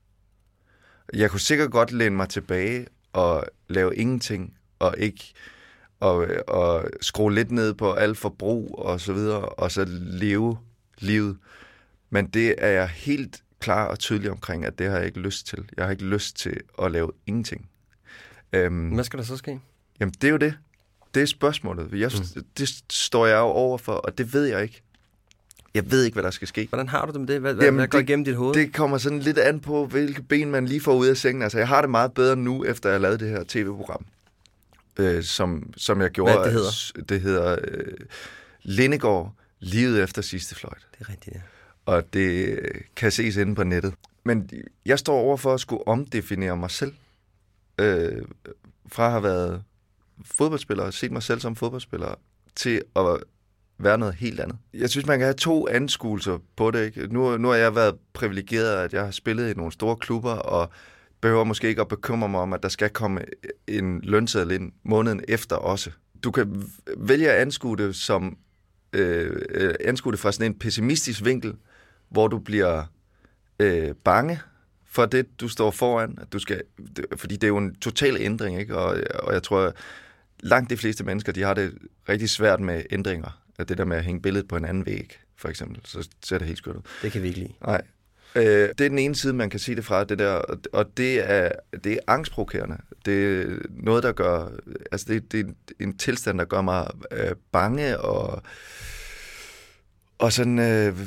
Jeg kunne sikkert godt læne mig tilbage og lave ingenting, og ikke og, og skrue lidt ned på alt forbrug og så videre, og så leve livet. Men det er jeg helt klar og tydelig omkring, at det har jeg ikke lyst til. Jeg har ikke lyst til at lave ingenting. Øhm, Hvad skal der så ske? Jamen, det er jo det. Det er spørgsmålet. Jeg, mm. Det står jeg jo over for, og det ved jeg ikke. Jeg ved ikke, hvad der skal ske. Hvordan har du det med det? Hvad, Jamen, hvad går det, igennem dit hoved? Det kommer sådan lidt an på, hvilke ben man lige får ud af sengen. Altså, jeg har det meget bedre nu, efter jeg har lavet det her tv-program, øh, som, som jeg gjorde. Hvad det hedder? Det hedder øh, Lindegård, Livet efter sidste fløjt. Det er rigtigt, ja. Og det kan ses inde på nettet. Men jeg står over for at skulle omdefinere mig selv. Øh, fra at have været fodboldspiller og set mig selv som fodboldspiller, til at være noget helt andet. Jeg synes, man kan have to anskuelser på det. Ikke? Nu, nu har jeg været privilegeret, at jeg har spillet i nogle store klubber, og behøver måske ikke at bekymre mig om, at der skal komme en lønseddel ind måneden efter også. Du kan vælge at anskue det, som, øh, anskue det fra sådan en pessimistisk vinkel, hvor du bliver øh, bange for det, du står foran. At du skal, det, fordi det er jo en total ændring, ikke? Og, og jeg tror, langt de fleste mennesker, de har det rigtig svært med ændringer. At det der med at hænge billedet på en anden væg, for eksempel, så ser det helt skørt ud. Det kan vi ikke lide. Nej. Øh, det er den ene side, man kan sige det fra, det der, og det er, det er angstprovokerende. Det er noget, der gør, altså det, det er en tilstand, der gør mig øh, bange, og, og sådan øh,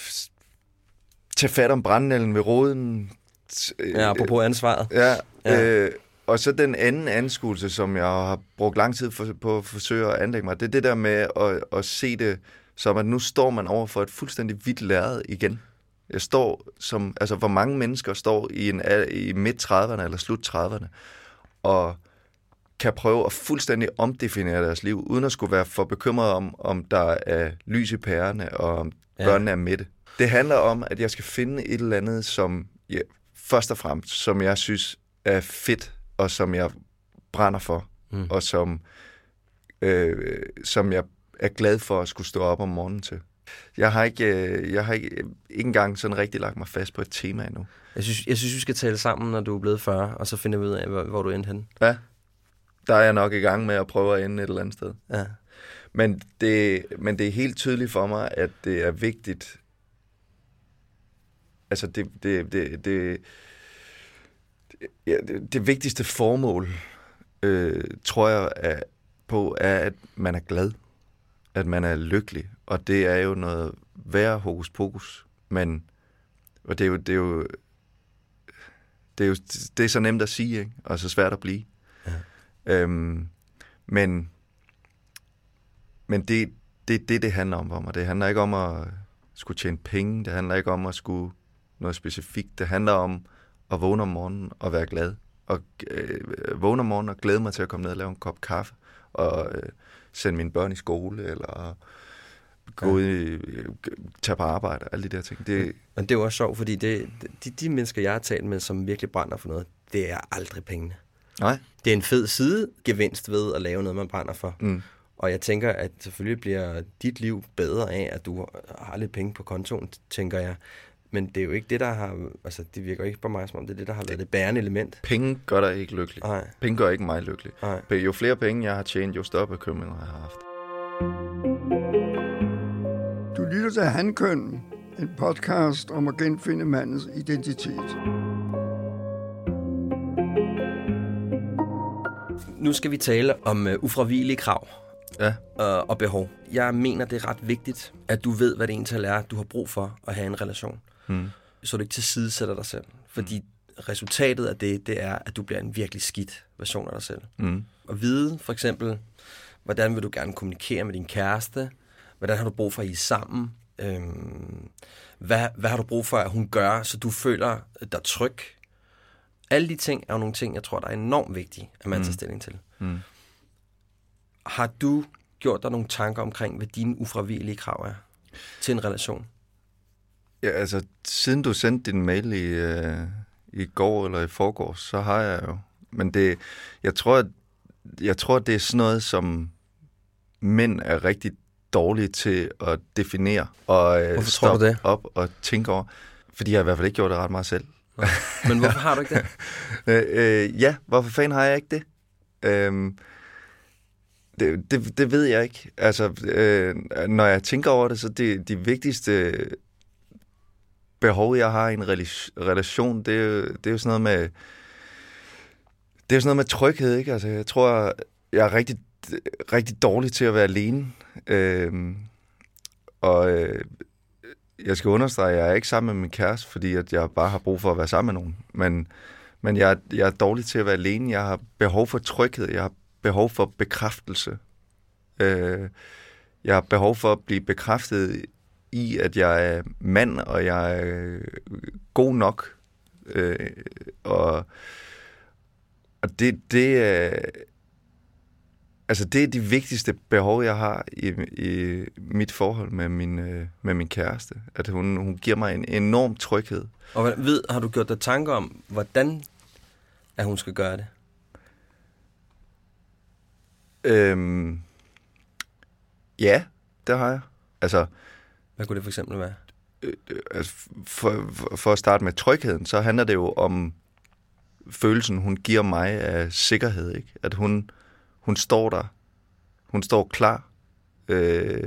tage fat om brandnælden ved roden. Ja, apropos ansvaret. Ja, ja. Øh, og så den anden anskuelse, som jeg har brugt lang tid for, på at forsøge at anlægge mig, det er det der med at, at se det som, at nu står man over for et fuldstændig hvidt lærred igen. Jeg står som, altså hvor mange mennesker står i, en, i midt trediverne eller slut trediverne, og kan prøve at fuldstændig omdefinere deres liv, uden at skulle være for bekymret om, om der er lys i pærerne, og om ja. børnene er mætte. Det handler om, at jeg skal finde et eller andet, som ja, først og fremmest, som jeg synes er fedt, og som jeg brænder for, mm. og som, øh, som jeg er glad for at skulle stå op om morgenen til. Jeg har ikke, jeg har ikke, ikke engang sådan rigtig lagt mig fast på et tema endnu. Jeg synes, jeg synes vi skal tale sammen, når du er blevet fyrre, og så finder vi ud af, hvor, hvor du endte henne. Ja, der er jeg nok i gang med at prøve at ende et eller andet sted. Ja. Men det, men det er helt tydeligt for mig, at det er vigtigt. Altså det, det, det, det, ja, det, det vigtigste formål, øh, tror jeg er, på, er, at man er glad. At man er lykkelig. Og det er jo noget værre hokus pokus. Men og det er jo, det er jo, det er jo det er så nemt at sige, ikke? Og så svært at blive. Ja. Øhm, men men det, det, det, det handler om for mig. Det handler ikke om at skulle tjene penge. Det handler ikke om at skulle noget specifikt. Det handler om at vågne om morgenen og være glad. Og øh, vågne om morgenen og glæde mig til at komme ned og lave en kop kaffe. Og øh, sende mine børn i skole, eller gå ud i, tage på arbejde, alle de der ting. Det... Men det er jo også sjovt, fordi det, de, de mennesker, jeg har talt med, som virkelig brænder for noget, det er aldrig pengene. Nej. Det er en fed sidegevinst ved at lave noget, man brænder for. Mm. Og jeg tænker, at selvfølgelig bliver dit liv bedre af, at du har lidt penge på kontoen, tænker jeg. Men det er jo ikke det, der har... Altså, det virker ikke på mig, som om det er det, der har været det bærende element. Penge gør dig ikke lykkelig. Nej. Penge gør ikke mig lykkelig. Nej. Jo flere penge, jeg har tjent, jo større bekymringer jeg har haft. Du lytter til Hankøn, en podcast om at genfinde mandens identitet. Nu skal vi tale om uh, ufravigelige krav. Ja. Og, og behov. Jeg mener, det er ret vigtigt, at du ved, hvad det egentlig er, du har brug for at have en relation. Mm. Så du ikke tilsidesætter dig selv. Fordi mm. resultatet af det, det er, at du bliver en virkelig skidt version af dig selv. Mm. Og vide, for eksempel, Hvordan vil du gerne kommunikere med din kæreste? Hvordan har du brug for, at I er sammen? Øhm, hvad, hvad har du brug for, at hun gør, så du føler dig tryg? Alle de ting er jo nogle ting, jeg tror, der er enormt vigtige, at man mm. tager stilling til. Mm. Har du gjort dig nogle tanker omkring, hvad dine ufravigelige krav er til en relation? Ja, altså, siden du sendte din mail i, øh, i går eller i forgårs, så har jeg jo. Men det, jeg tror, at, jeg tror, det er sådan noget, som mænd er rigtig dårlige til at definere og øh, stoppe op og tænke over. Fordi jeg har i hvert fald ikke gjort det ret meget selv. Ja. Men hvorfor har du ikke det? øh, ja, hvorfor fanden har jeg ikke det? Øhm, det, det? Det ved jeg ikke. Altså, øh, når jeg tænker over det, så det de vigtigste behov, jeg har i en relation, det er jo, det er jo sådan noget med det er jo sådan noget med tryghed, ikke? Altså, jeg tror, jeg er rigtig, rigtig dårlig til at være alene. Øhm, og øh, jeg skal understrege, at jeg er ikke sammen med min kæreste, fordi at jeg bare har brug for at være sammen med nogen. Men, men jeg, jeg er dårlig til at være alene. Jeg har behov for tryghed. Jeg har behov for bekræftelse. Øh, jeg har behov for at blive bekræftet i, at jeg er mand, og jeg er god nok. Øh, og og det, det er... Altså, det er de vigtigste behov, jeg har i, i mit forhold med min, med min kæreste. At hun, hun giver mig en enorm tryghed. Og ved, har du gjort dig tanker om, hvordan at hun skal gøre det? Øhm, ja, det har jeg. Altså, hvad kunne det for eksempel være? Øh, altså, for, for, for at starte med trygheden, så handler det jo om følelsen, hun giver mig af sikkerhed. Ikke? At hun... Hun står der. Hun står klar øh,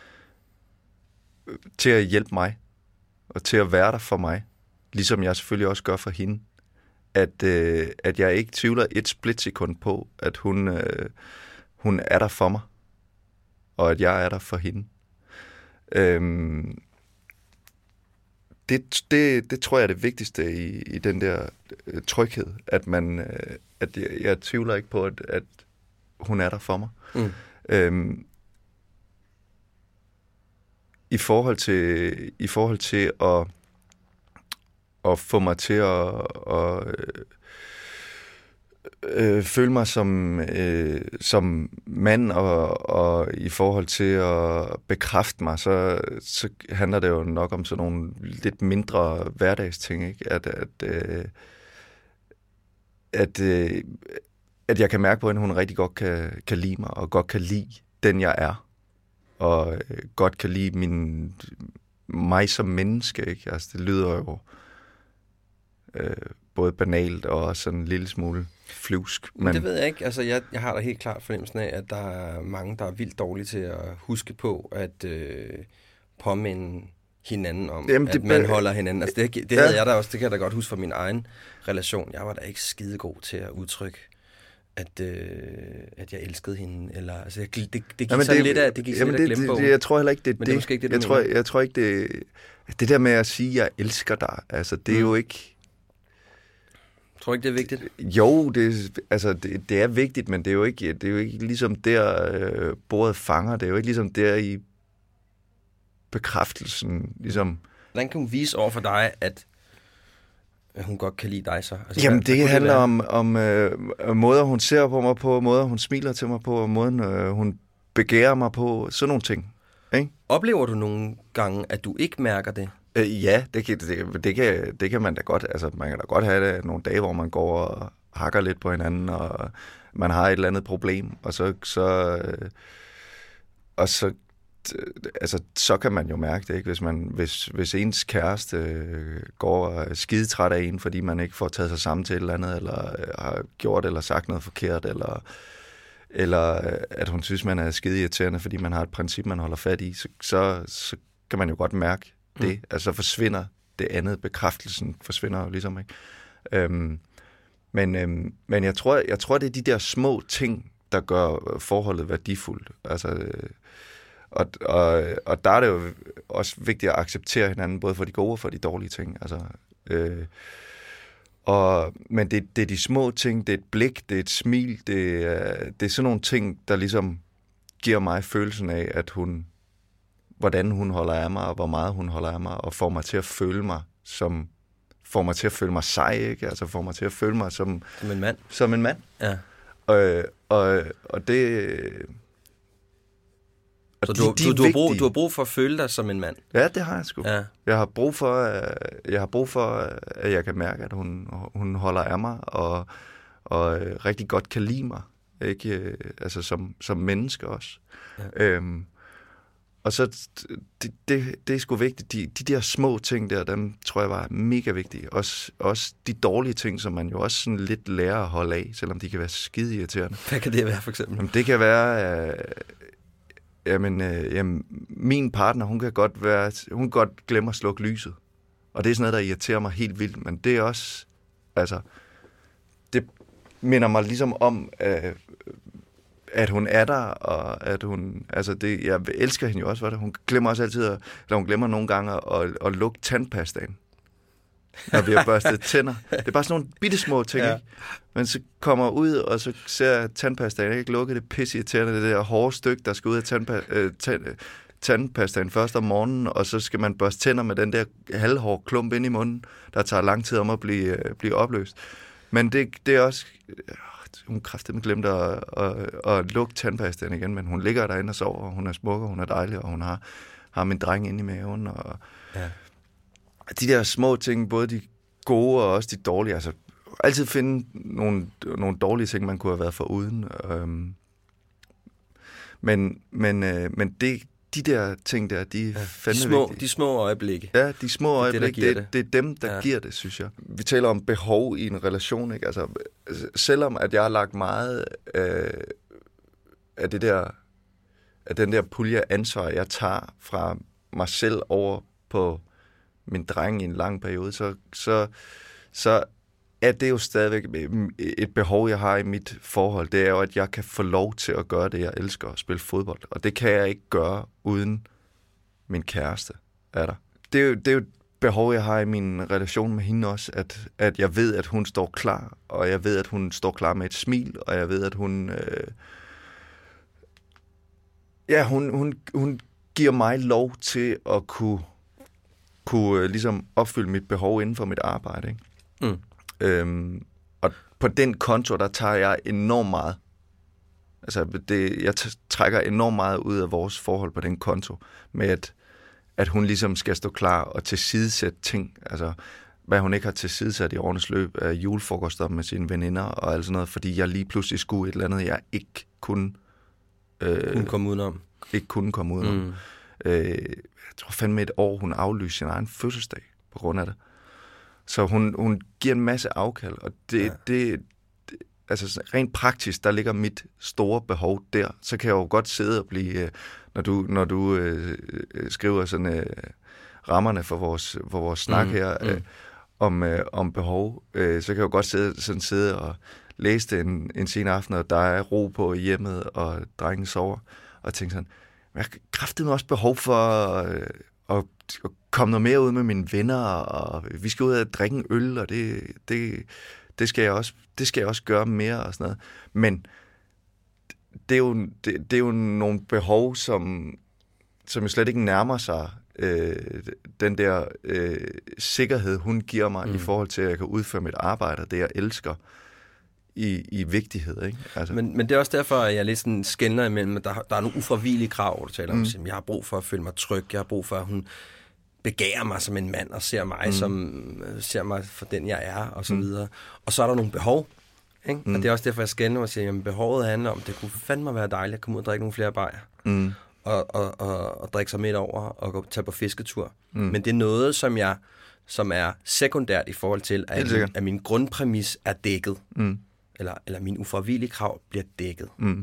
til at hjælpe mig, og til at være der for mig, ligesom jeg selvfølgelig også gør for hende. At, øh, at jeg ikke tvivler et splitsekund på, at hun, øh, hun er der for mig, og at jeg er der for hende. Øh, det, det, det tror jeg er det vigtigste i, i den der øh, tryghed, at man, øh, at jeg, jeg tvivler ikke på, at, at hun er der for mig. Mm. Øhm, i forhold til i forhold til at at få mig til at, at øh, øh, føle mig som øh, som mand, og, og i forhold til at bekræfte mig, så så handler det jo nok om sådan nogle lidt mindre hverdagsting, ikke? At at øh, at øh, at jeg kan mærke på hende, at hun rigtig godt kan, kan lide mig, og godt kan lide den, jeg er. Og øh, godt kan lide min, mig som menneske. Ikke? Altså, det lyder jo øh, både banalt og også sådan en lille smule flyvsk. Men, men det ved jeg ikke. Altså, jeg, jeg har da helt klart fornemmelsen af, at der er mange, der er vildt dårlige til at huske på, at øh, påminde hinanden om, Jamen, det, at man holder hinanden. Altså, det, det ja. havde jeg da også, det kan jeg da godt huske fra min egen relation. Jeg var da ikke skidegod til at udtrykke, at, øh, at jeg elskede hende, eller altså det, det, det gik jamen, sådan det, lidt af det gik sådan lidt af glemme på. Jeg tror heller ikke det. Men det er måske ikke det, jeg tror, jeg, jeg tror ikke det. Det der med at sige jeg elsker dig, altså det er mm. jo ikke. Tror du ikke det er vigtigt? Jo, det altså det, det er vigtigt, men det er jo ikke det er jo ikke ligesom der øh, bordet fanger. Det er jo ikke ligesom der i bekræftelsen, ligesom. Hvordan kan hun vise over for dig, at hun godt kan lide dig så? Altså, Jamen, hvad, det hvad handler det om, om øh, måder, hun ser på mig på, måder, hun smiler til mig på, og måden, øh, hun begærer mig på, sådan nogle ting. Ikke? Oplever du nogle gange, at du ikke mærker det? Øh, ja, det kan, det, det, kan, det kan man da godt. Altså, man kan da godt have det nogle dage, hvor man går og hakker lidt på hinanden, og man har et eller andet problem, og så, så, øh, og så altså, så kan man jo mærke det, ikke? Hvis, man, hvis, hvis ens kæreste øh, går og er skidetræt af en, fordi man ikke får taget sig sammen til et eller andet, eller øh, har gjort eller sagt noget forkert, eller, eller øh, at hun synes, man er skide irriterende, fordi man har et princip, man holder fat i, så, så, så kan man jo godt mærke det. Mm. Altså, så forsvinder det andet. Bekræftelsen forsvinder jo ligesom, ikke? Øhm, men, øhm, men jeg tror, jeg tror, det er de der små ting, der gør forholdet værdifuldt. Altså, øh, Og, og, og der er det jo også vigtigt at acceptere hinanden, både for de gode og for de dårlige ting. Altså, øh, og, men det, det er de små ting, det er et blik, det er et smil, det er, det er sådan nogle ting, der ligesom giver mig følelsen af, at hun, hvordan hun holder af mig, og hvor meget hun holder af mig, og får mig til at føle mig som, får mig til at føle mig sej, ikke? Altså får mig til at føle mig som... Som en mand. Som en mand. Ja. Og, og, og det... Og så de, du, de du, du, har brug, du har brug for at føle dig som en mand? Ja, det har jeg sgu. Ja. Jeg har brug for, jeg har brug for, at jeg kan mærke, at hun, hun holder af mig, og, og rigtig godt kan lide mig. Ikke? Altså som, som menneske også. Ja. Øhm, og så, det, det, det er sgu vigtigt. De, de der små ting der, dem tror jeg var mega vigtige. Også, også de dårlige ting, som man jo også sådan lidt lærer at holde af, selvom de kan være skide irriterende. Hvad kan det være, for eksempel? Jamen, det kan være... Øh, jamen, øh, jamen, min partner, hun kan godt være... Hun kan godt glemme at slukke lyset. Og det er sådan noget, der irriterer mig helt vildt. Men det er også... Altså... Det minder mig ligesom om... Øh, at hun er der, og at hun, altså det, jeg elsker hende jo også, var det. Hun glemmer også altid, at, eller hun glemmer nogle gange at, at lukke tandpastaen, når vi har børstet tænder. Det er bare sådan nogle bittesmå ting, ja. Ikke? Men så kommer ud, og så ser tandpastaen ikke lukket, det pisse i tænderne, det der hårde stykke, der skal ud af tandpa, øh, tand, tandpastaen først om morgenen, og så skal man børste tænder med den der halvhårde klump ind i munden, der tager lang tid om at blive, øh, blive opløst. Men det, det er også... Hun kraftedeme glemte at, at, at lukke tandpastaen igen, men hun ligger derinde og sover, og hun er smuk, og hun er dejlig, og hun har, har min dreng inde i maven. Og ja. De der små ting, både de gode og også de dårlige, altså altid finde nogle, nogle dårlige ting, man kunne have været foruden. Øhm, men men, øh, men det, de der ting der, de er ja, fandme de små, vigtige. De små øjeblikke. Ja, de små øjeblikke, det, det, det. det er dem, der ja. giver det, synes jeg. Vi taler om behov i en relation, ikke? Altså, selvom at jeg har lagt meget øh, af det der, af den der pulje af ansvar, jeg tager fra mig selv over på min dreng i en lang periode, så, så, så er det jo stadigvæk et behov, jeg har i mit forhold. Det er jo, at jeg kan få lov til at gøre det, jeg elsker, at spille fodbold. Og det kan jeg ikke gøre uden min kæreste, er der. Det er jo, det er jo et behov, jeg har i min relation med hende også, at, at jeg ved, at hun står klar, og jeg ved, at hun står klar med et smil, og jeg ved, at hun... Øh, ja, hun, hun, hun giver mig lov til at kunne, kunne øh, ligesom opfylde mit behov inden for mit arbejde, ikke? Mm. Øhm, og på den konto, der tager jeg enormt meget. Altså, det, jeg t- trækker enormt meget ud af vores forhold på den konto, med at, at hun ligesom skal stå klar og tilsidesætte ting. Altså, hvad hun ikke har tilsidesat i årenes løb af julefrokoster med sine veninder og alt sådan noget, fordi jeg lige pludselig skulle et eller andet, jeg ikke kunne... Øh, hun kom udenom. Ikke kunne komme udenom. Mm. Øh, jeg tror fandme et år, hun aflyste sin egen fødselsdag på grund af det. Så hun, hun giver en masse afkald, og det, ja. det, det, altså rent praktisk, der ligger mit store behov der. Så kan jeg jo godt sidde og blive, når du, når du øh, skriver sådan øh, rammerne for vores, for vores snak mm, her øh, mm. om, øh, om behov, øh, så kan jeg jo godt sidde, sådan sidde og læse det en, en sen aften, og der er ro på hjemmet, og drengen sover, og tænke sådan, jeg har kraftedeme også behov for øh, at at komme noget mere ud med mine venner, og vi skal ud og drikke en øl, og det, det, det, skal jeg også, det skal jeg også gøre mere og sådan noget. Men det er jo, det, det er jo nogle behov, som, som jo slet ikke nærmer sig øh, den der øh, sikkerhed, hun giver mig mm. i forhold til, at jeg kan udføre mit arbejde, og det jeg elsker i, i vigtighed. Ikke? Altså. Men, men det er også derfor, at jeg lidt sådan skelner imellem, at der, der er nogle ufravigelige krav, du taler om. Mm. Jeg har brug for at føle mig tryg, jeg har brug for, at hun begærer mig som en mand, og ser mig, mm. som, ser mig for den, jeg er, og så mm. videre. Og så er der nogle behov, ikke? Mm. Og det er også derfor, jeg skelner og siger, at behovet handler om, det kunne fandme være dejligt at komme ud og drikke nogle flere bajer, mm. og, og, og, og drikke sig midt over, og gå, tage på fisketur. Mm. Men det er noget, som jeg som er sekundært i forhold til, at, min, at min grundpræmis er dækket. Mm. Eller, eller min ufravigelige krav bliver dækket. Mm.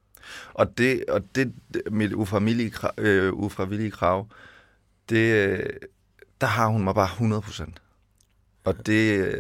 Og det, og det mit ufravigelige krav, øh, ufravigelige krav det, der har hun mig bare hundrede procent. Og det,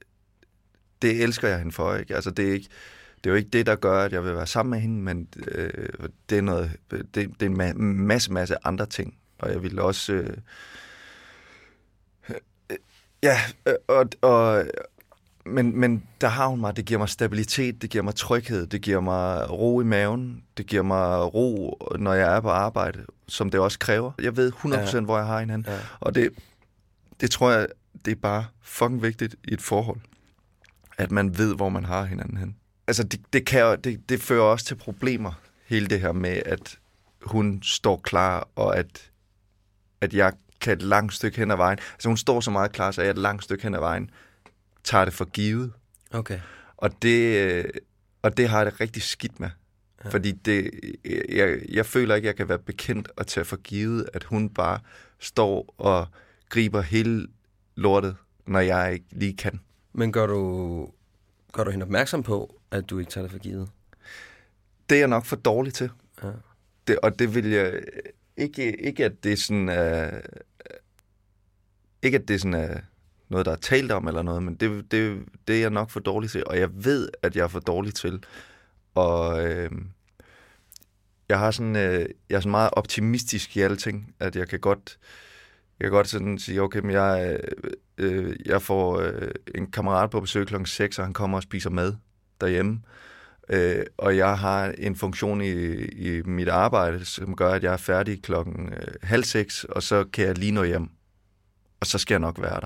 det elsker jeg hende for, ikke? Altså, det er ikke, det er jo ikke det, der gør, at jeg vil være sammen med hende, men øh, det er noget, det, det er en ma- masse, masse andre ting. Og jeg vil også, øh, øh, ja, øh, og, og men, men der har hun mig, det giver mig stabilitet, det giver mig tryghed, det giver mig ro i maven, det giver mig ro, når jeg er på arbejde, som det også kræver. Jeg ved hundrede procent, ja. hvor jeg har hende hen. Ja. Og det, det tror jeg, det er bare fucking vigtigt i et forhold, at man ved, hvor man har hinanden hen. Altså, det, det, kan, det, det fører også til problemer, hele det her med, at hun står klar, og at, at jeg kan et langt stykke hen ad vejen. Altså, hun står så meget klar, så jeg et langt stykke hen ad vejen tager det for givet. Okay. Og det, og det har jeg det rigtig skidt med. Ja. Fordi det, jeg, jeg føler ikke, jeg kan være bekendt og tage for givet, at hun bare står og griber hele lortet, når jeg ikke lige kan. Men gør du, gør du hende opmærksom på, at du ikke tager det for givet? Det er jeg nok for dårlig til. Ja. Det, og det vil jeg... Ikke, ikke at det er sådan... Uh, ikke at det er sådan... Uh, noget, der er talt om eller noget, men det, det, det er jeg nok for dårlig til, og jeg ved, at jeg er for dårlig til. Og øh, jeg har sådan, øh, jeg er sådan meget optimistisk i alle ting, at jeg kan godt, jeg kan godt sådan sige, okay, men jeg, øh, jeg får øh, en kammerat på besøg klokken seks, og han kommer og spiser mad derhjemme. Øh, og jeg har en funktion i, i mit arbejde, som gør, at jeg er færdig klokken øh, halv seks, og så kan jeg lige nå hjem. Og så skal jeg nok være der.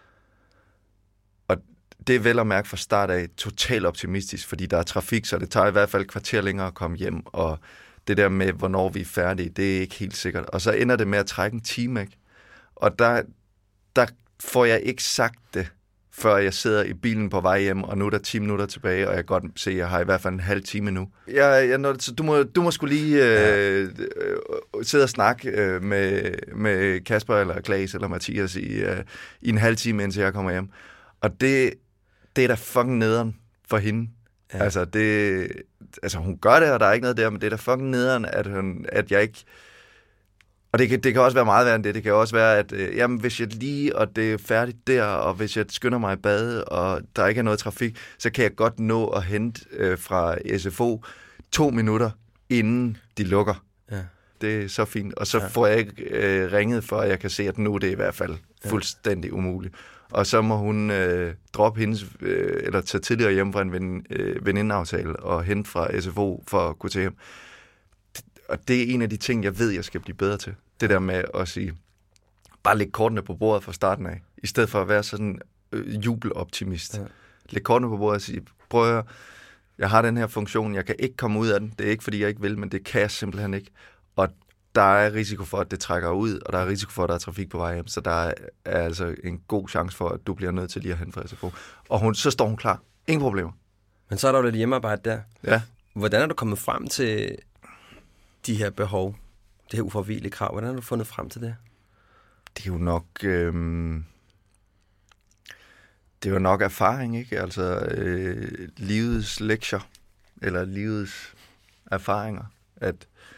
Det er vel at mærke fra start af totalt optimistisk, fordi der er trafik, så det tager i hvert fald et kvarter længere at komme hjem, og det der med, hvornår vi er færdige, det er ikke helt sikkert. Og så ender det med at trække en time, ikke? Og der, der får jeg ikke sagt det, før jeg sidder i bilen på vej hjem, og nu er der ti minutter tilbage, og jeg kan godt se, at jeg har i hvert fald en halv time nu. Jeg, jeg, du, må, du må sgu lige øh, øh, sidde og snakke øh, med, med Kasper, eller Klaas, eller Mathias i, øh, i en halv time, indtil jeg kommer hjem. Og det... Det er da fucking nederen for hende. Ja. Altså, det, altså, hun gør det, og der er ikke noget der, men det er da fucking nederen, at, hun, at jeg ikke... Og det kan, det kan også være meget værre end det. Det kan også være, at øh, jamen, hvis jeg lige, og det er færdigt der, og hvis jeg skynder mig i bad, og der ikke er noget trafik, så kan jeg godt nå at hente øh, fra S F O to minutter, inden de lukker. Ja. Det er så fint. Og så ja. får jeg ikke øh, ringet, for at jeg kan se, at nu det er i hvert fald fuldstændig umuligt. Og så må hun øh, droppe hendes, øh, eller tage tidligere hjem fra en ven, øh, venindeaftale og hente fra S F O for at kunne tage hjem. Og det er en af de ting, jeg ved, jeg skal blive bedre til. Det der med at sige, bare lægge kortene på bordet fra starten af, i stedet for at være sådan øh, jubeloptimist. Ja. Lægge kortene på bordet og sige, prøv at høre, jeg har den her funktion, jeg kan ikke komme ud af den. Det er ikke, fordi jeg ikke vil, men det kan jeg simpelthen ikke. Og der er risiko for, at det trækker ud, og der er risiko for, at der er trafik på vej hjem. Så der er, er altså en god chance for, at du bliver nødt til lige at hente fra S F O. Og hun, så står hun klar. Ingen problemer. Men så er der jo lidt hjemmearbejde der. Ja. Hvordan er du kommet frem til de her behov, det her uforvillige krav? Hvordan har du fundet frem til det? Det er jo nok... Øhm, det er jo nok erfaring, ikke? Altså øh, livets lektier, eller livets erfaringer. At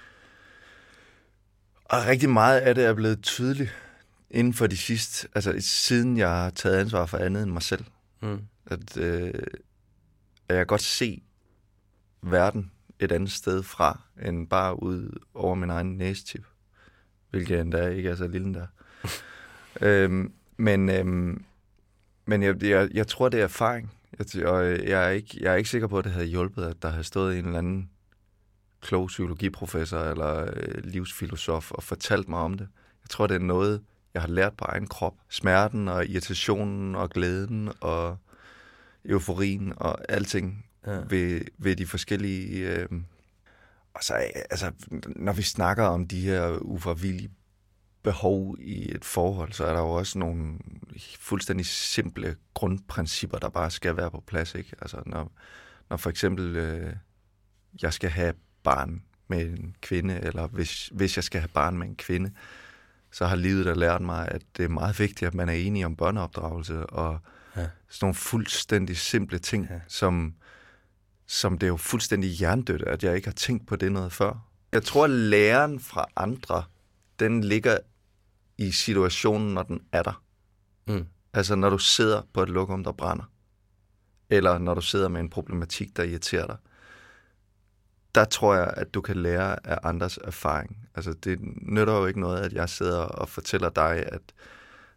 Og rigtig meget af det er blevet tydeligt inden for de sidste, altså siden jeg har taget ansvar for andet end mig selv. Mm. At, øh, at jeg godt se verden et andet sted fra, end bare ud over min egen næsetip. Hvilket endda ikke er så lille der. øhm, men øhm, men jeg, jeg, jeg tror, det er erfaring. Jeg, og jeg er, ikke, jeg er ikke sikker på, at det havde hjulpet, at der havde stået en eller anden klog psykologiprofessor eller øh, livsfilosof og fortalt mig om det. Jeg tror, det er noget, jeg har lært på egen krop. Smerten og irritationen og glæden og euforien og alting ja. ved, ved de forskellige... Øh... Og så, altså, når vi snakker om de her uforvillige behov i et forhold, så er der jo også nogle fuldstændig simple grundprincipper, der bare skal være på plads, ikke? Altså, når, når for eksempel øh, jeg skal have barn med en kvinde, eller hvis, hvis jeg skal have barn med en kvinde, så har livet der lært mig, at det er meget vigtigt, at man er enig om børneopdragelse, og ja. sådan nogle fuldstændig simple ting, ja. som, som det er jo fuldstændig hjernedødt, at jeg ikke har tænkt på det noget før. Jeg tror, at læren fra andre, den ligger i situationen, når den er der. Mm. Altså, når du sidder på et lokum, der brænder, eller når du sidder med en problematik, der irriterer dig, der tror jeg, at du kan lære af andres erfaring. Altså, det nytter jo ikke noget, at jeg sidder og fortæller dig, at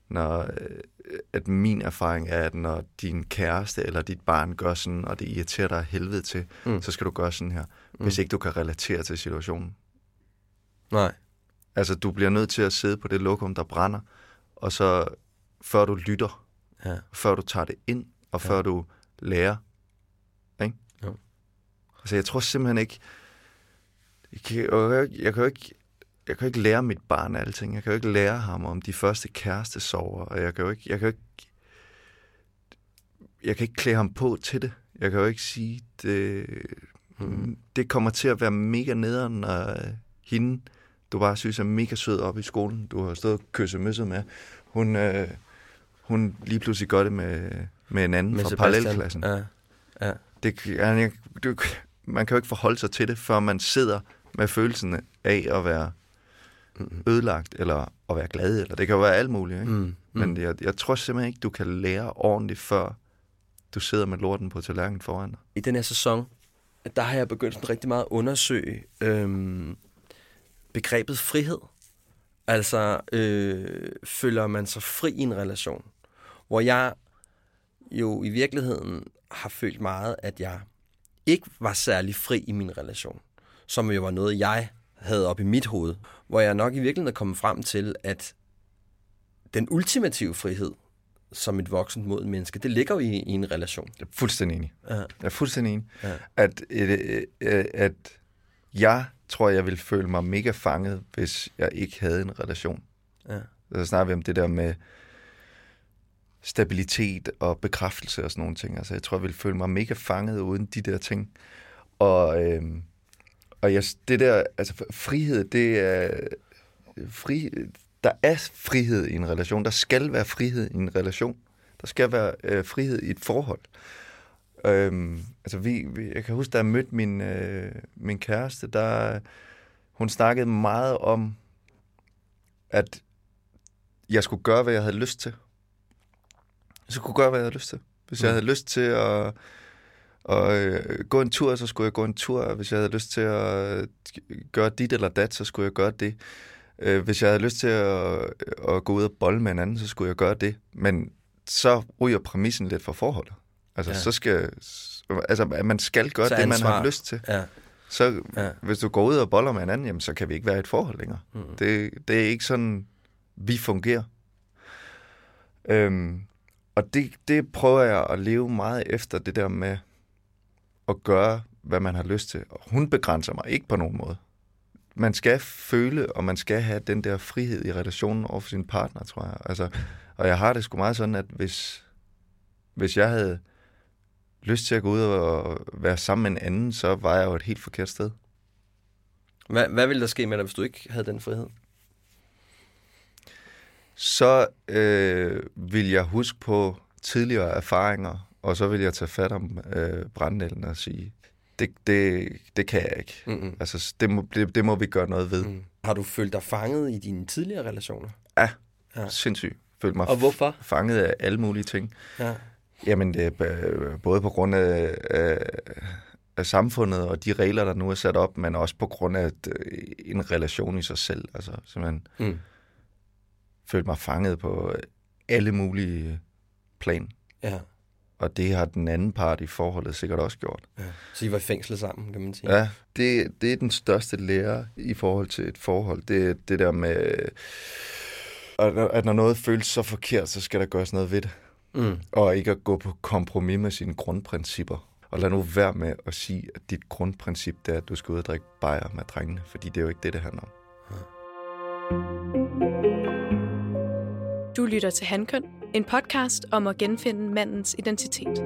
når, øh, at min erfaring er, at når din kæreste eller dit barn gør sådan, og det irriterer dig helvede til, mm. så skal du gøre sådan her, mm. hvis ikke du kan relatere til situationen. Nej. Altså, du bliver nødt til at sidde på det lokum, der brænder, og så før du lytter, ja. før du tager det ind, og ja. før du lærer. Ikke? Ja. Altså, jeg tror simpelthen ikke, jeg kan, jeg, jeg kan jo ikke, jeg kan jo ikke lære mit barn alting. Jeg kan jo ikke lære ham om de første kærestesorger, og jeg kan jo ikke, jeg kan jo ikke, jeg kan ikke klæde ham på til det. Jeg kan jo ikke sige, det, mm. det kommer til at være mega nederen, når hende, du bare synes er mega sød op i skolen, du har stået og kysset møsset med, hun, øh, hun lige pludselig gør det med, med en anden med fra Sebastian. Parallelklassen. Ja. Ja. Det, jeg, du, man kan jo ikke forholde sig til det, før man sidder med følelsen af at være ødelagt, eller at være glad, eller det kan jo være alt muligt, ikke? Mm. Mm. Men jeg, jeg tror simpelthen ikke, du kan lære ordentligt, før du sidder med lorten på tallerkenen foran dig. I den her sæson, der har jeg begyndt sådan rigtig meget at undersøge øhm, begrebet frihed. Altså, øh, føler man sig fri i en relation? Hvor jeg jo i virkeligheden har følt meget, at jeg ikke var særlig fri i min relation. Som jo var noget, jeg havde op i mit hoved. Hvor jeg nok i virkeligheden er kommet frem til, at den ultimative frihed som et voksent moden menneske, det ligger jo i, i en relation. Jeg er fuldstændig enig. Ja. Jeg er fuldstændig enig. Ja. At, at, at jeg tror, jeg ville føle mig mega fanget, hvis jeg ikke havde en relation. Ja. Så snakker vi om det der med stabilitet og bekræftelse og sådan nogle ting. Altså, jeg tror, jeg ville føle mig mega fanget uden de der ting. Og, øhm, og jeg, det der, altså frihed, det er fri, der er frihed i en relation. Der skal være frihed i en relation. Der skal være øh, frihed i et forhold. Øhm, altså vi, vi, jeg kan huske, da jeg mødte min, øh, min kæreste, der hun snakkede meget om, at jeg skulle gøre, hvad jeg havde lyst til. Jeg skulle gøre, hvad jeg havde lyst til. Hvis jeg havde lyst til at, at øh, gå en tur, så skulle jeg gå en tur. Hvis jeg havde lyst til at gøre dit eller dat, så skulle jeg gøre det. Øh, hvis jeg havde lyst til at, at gå ud og bolle med en anden, så skulle jeg gøre det. Men så ryger præmissen lidt for forholdet. Altså, ja. så skal, altså, man skal gøre så det, ansvar. Man har lyst til. Ja. Så ja. Hvis du går ud og boller med en anden, jamen, så kan vi ikke være i et forhold længere. Mm. Det, det er ikke sådan, vi fungerer. Øhm, og det, det prøver jeg at leve meget efter, det der med at gøre, hvad man har lyst til. Og hun begrænser mig ikke på nogen måde. Man skal føle, og man skal have den der frihed i relationen over for sin partner, tror jeg. Altså, og jeg har det sgu meget sådan, at hvis, hvis jeg havde lyst til at gå ud og være sammen med en anden, så var jeg jo et helt forkert sted. Hvad, hvad ville der ske med dig, hvis du ikke havde den frihed? Så øh, vil jeg huske på tidligere erfaringer, og så vil jeg tage fat om øh, brandnælden og sige, det, det, det kan jeg ikke. Mm-hmm. Altså, det må, det, det må vi gøre noget ved. Mm. Har du følt dig fanget i dine tidligere relationer? Ja, ja. Sindssygt. Følt mig og hvorfor? F- fanget af alle mulige ting. Ja. Jamen, det er både på grund af, af, af samfundet og de regler, der nu er sat op, men også på grund af et, en relation i sig selv. Altså, simpelthen mm. følt mig fanget på alle mulige plan. Ja. Og det har den anden part i forholdet sikkert også gjort. Ja. Så I var i fængsel sammen, kan man sige? Ja, det, det er den største lære i forhold til et forhold. Det er det der med, at når noget føles så forkert, så skal der gøres noget ved det. Mm. Og ikke at gå på kompromis med sine grundprincipper. Og lad nu være med at sige, at dit grundprincip det er, at du skal ud og drikke bajer med drengene. Fordi det er jo ikke det, det handler om. Ja. Du lytter til Hankøn, en podcast om at genfinde mandens identitet.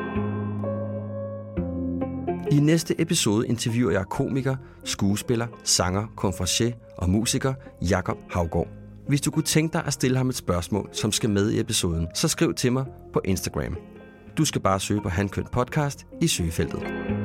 I næste episode interviewer jeg komiker, skuespiller, sanger, konferencier og musiker Jakob Haugaard. Hvis du kunne tænke dig at stille ham et spørgsmål, som skal med i episoden, så skriv til mig på Instagram. Du skal bare søge på Hankøn Podcast i søgefeltet.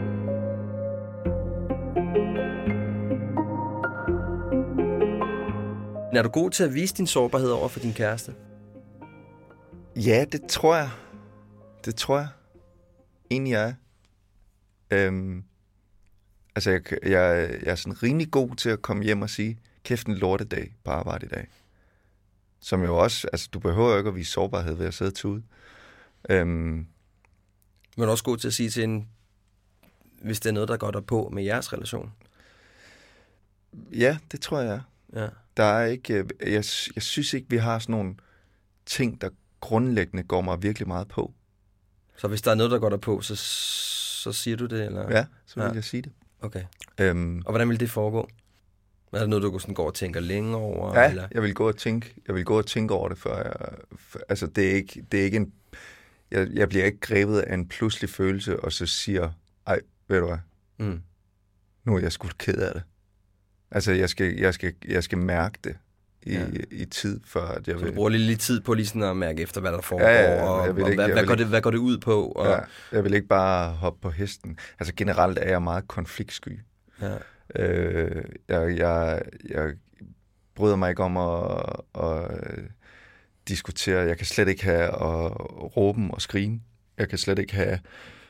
Er du god til at vise din sårbarhed over for din kæreste? Ja, det tror jeg. Det tror jeg. Egentlig jeg er. Øhm, altså, jeg, jeg, jeg er sådan rimelig god til at komme hjem og sige, kæft en lortedag på arbejde i dag. som jo også, altså du behøver jo ikke at vise sårbarhed ved at sidde tude. Øhm, Men også god til at sige til en, hvis det er noget, der går der på med jeres relation. ja, det tror jeg er. Ja. Der er ikke, jeg, jeg synes ikke, vi har sådan nogle ting, der grundlæggende går mig virkelig meget på. Så hvis der er noget, der går der på, så, så siger du det? Eller? Ja, så vil Ja. jeg sige det. Okay. Øhm, Og hvordan vil det foregå? Er det noget, du sådan går og tænker længe over? ja, Eller? jeg vil gå og tænke, jeg vil gå og tænke over det, før jeg, for, altså det er ikke, det er ikke en, jeg, jeg bliver ikke grebet af en pludselig følelse, og så siger, ej, ved du hvad, Mm. nu er jeg sgu ked af det. Altså, jeg skal, jeg skal, jeg skal mærke det i, Ja. i tid, før at jeg Så du vil... bruger lige lidt tid på lige sådan at mærke efter, hvad der foregår, Ja, ja, ja, og, jeg vil og ikke- hvad, jeg hvad, vil går ikke- det, hvad går det ud på? Og, Ja, jeg vil ikke bare hoppe på hesten. Altså, generelt er jeg meget konfliktsky. ja. Øh, jeg, jeg, jeg bryder mig ikke om at, at diskutere. Jeg kan slet ikke have at råbe og skrige. Jeg kan slet ikke have,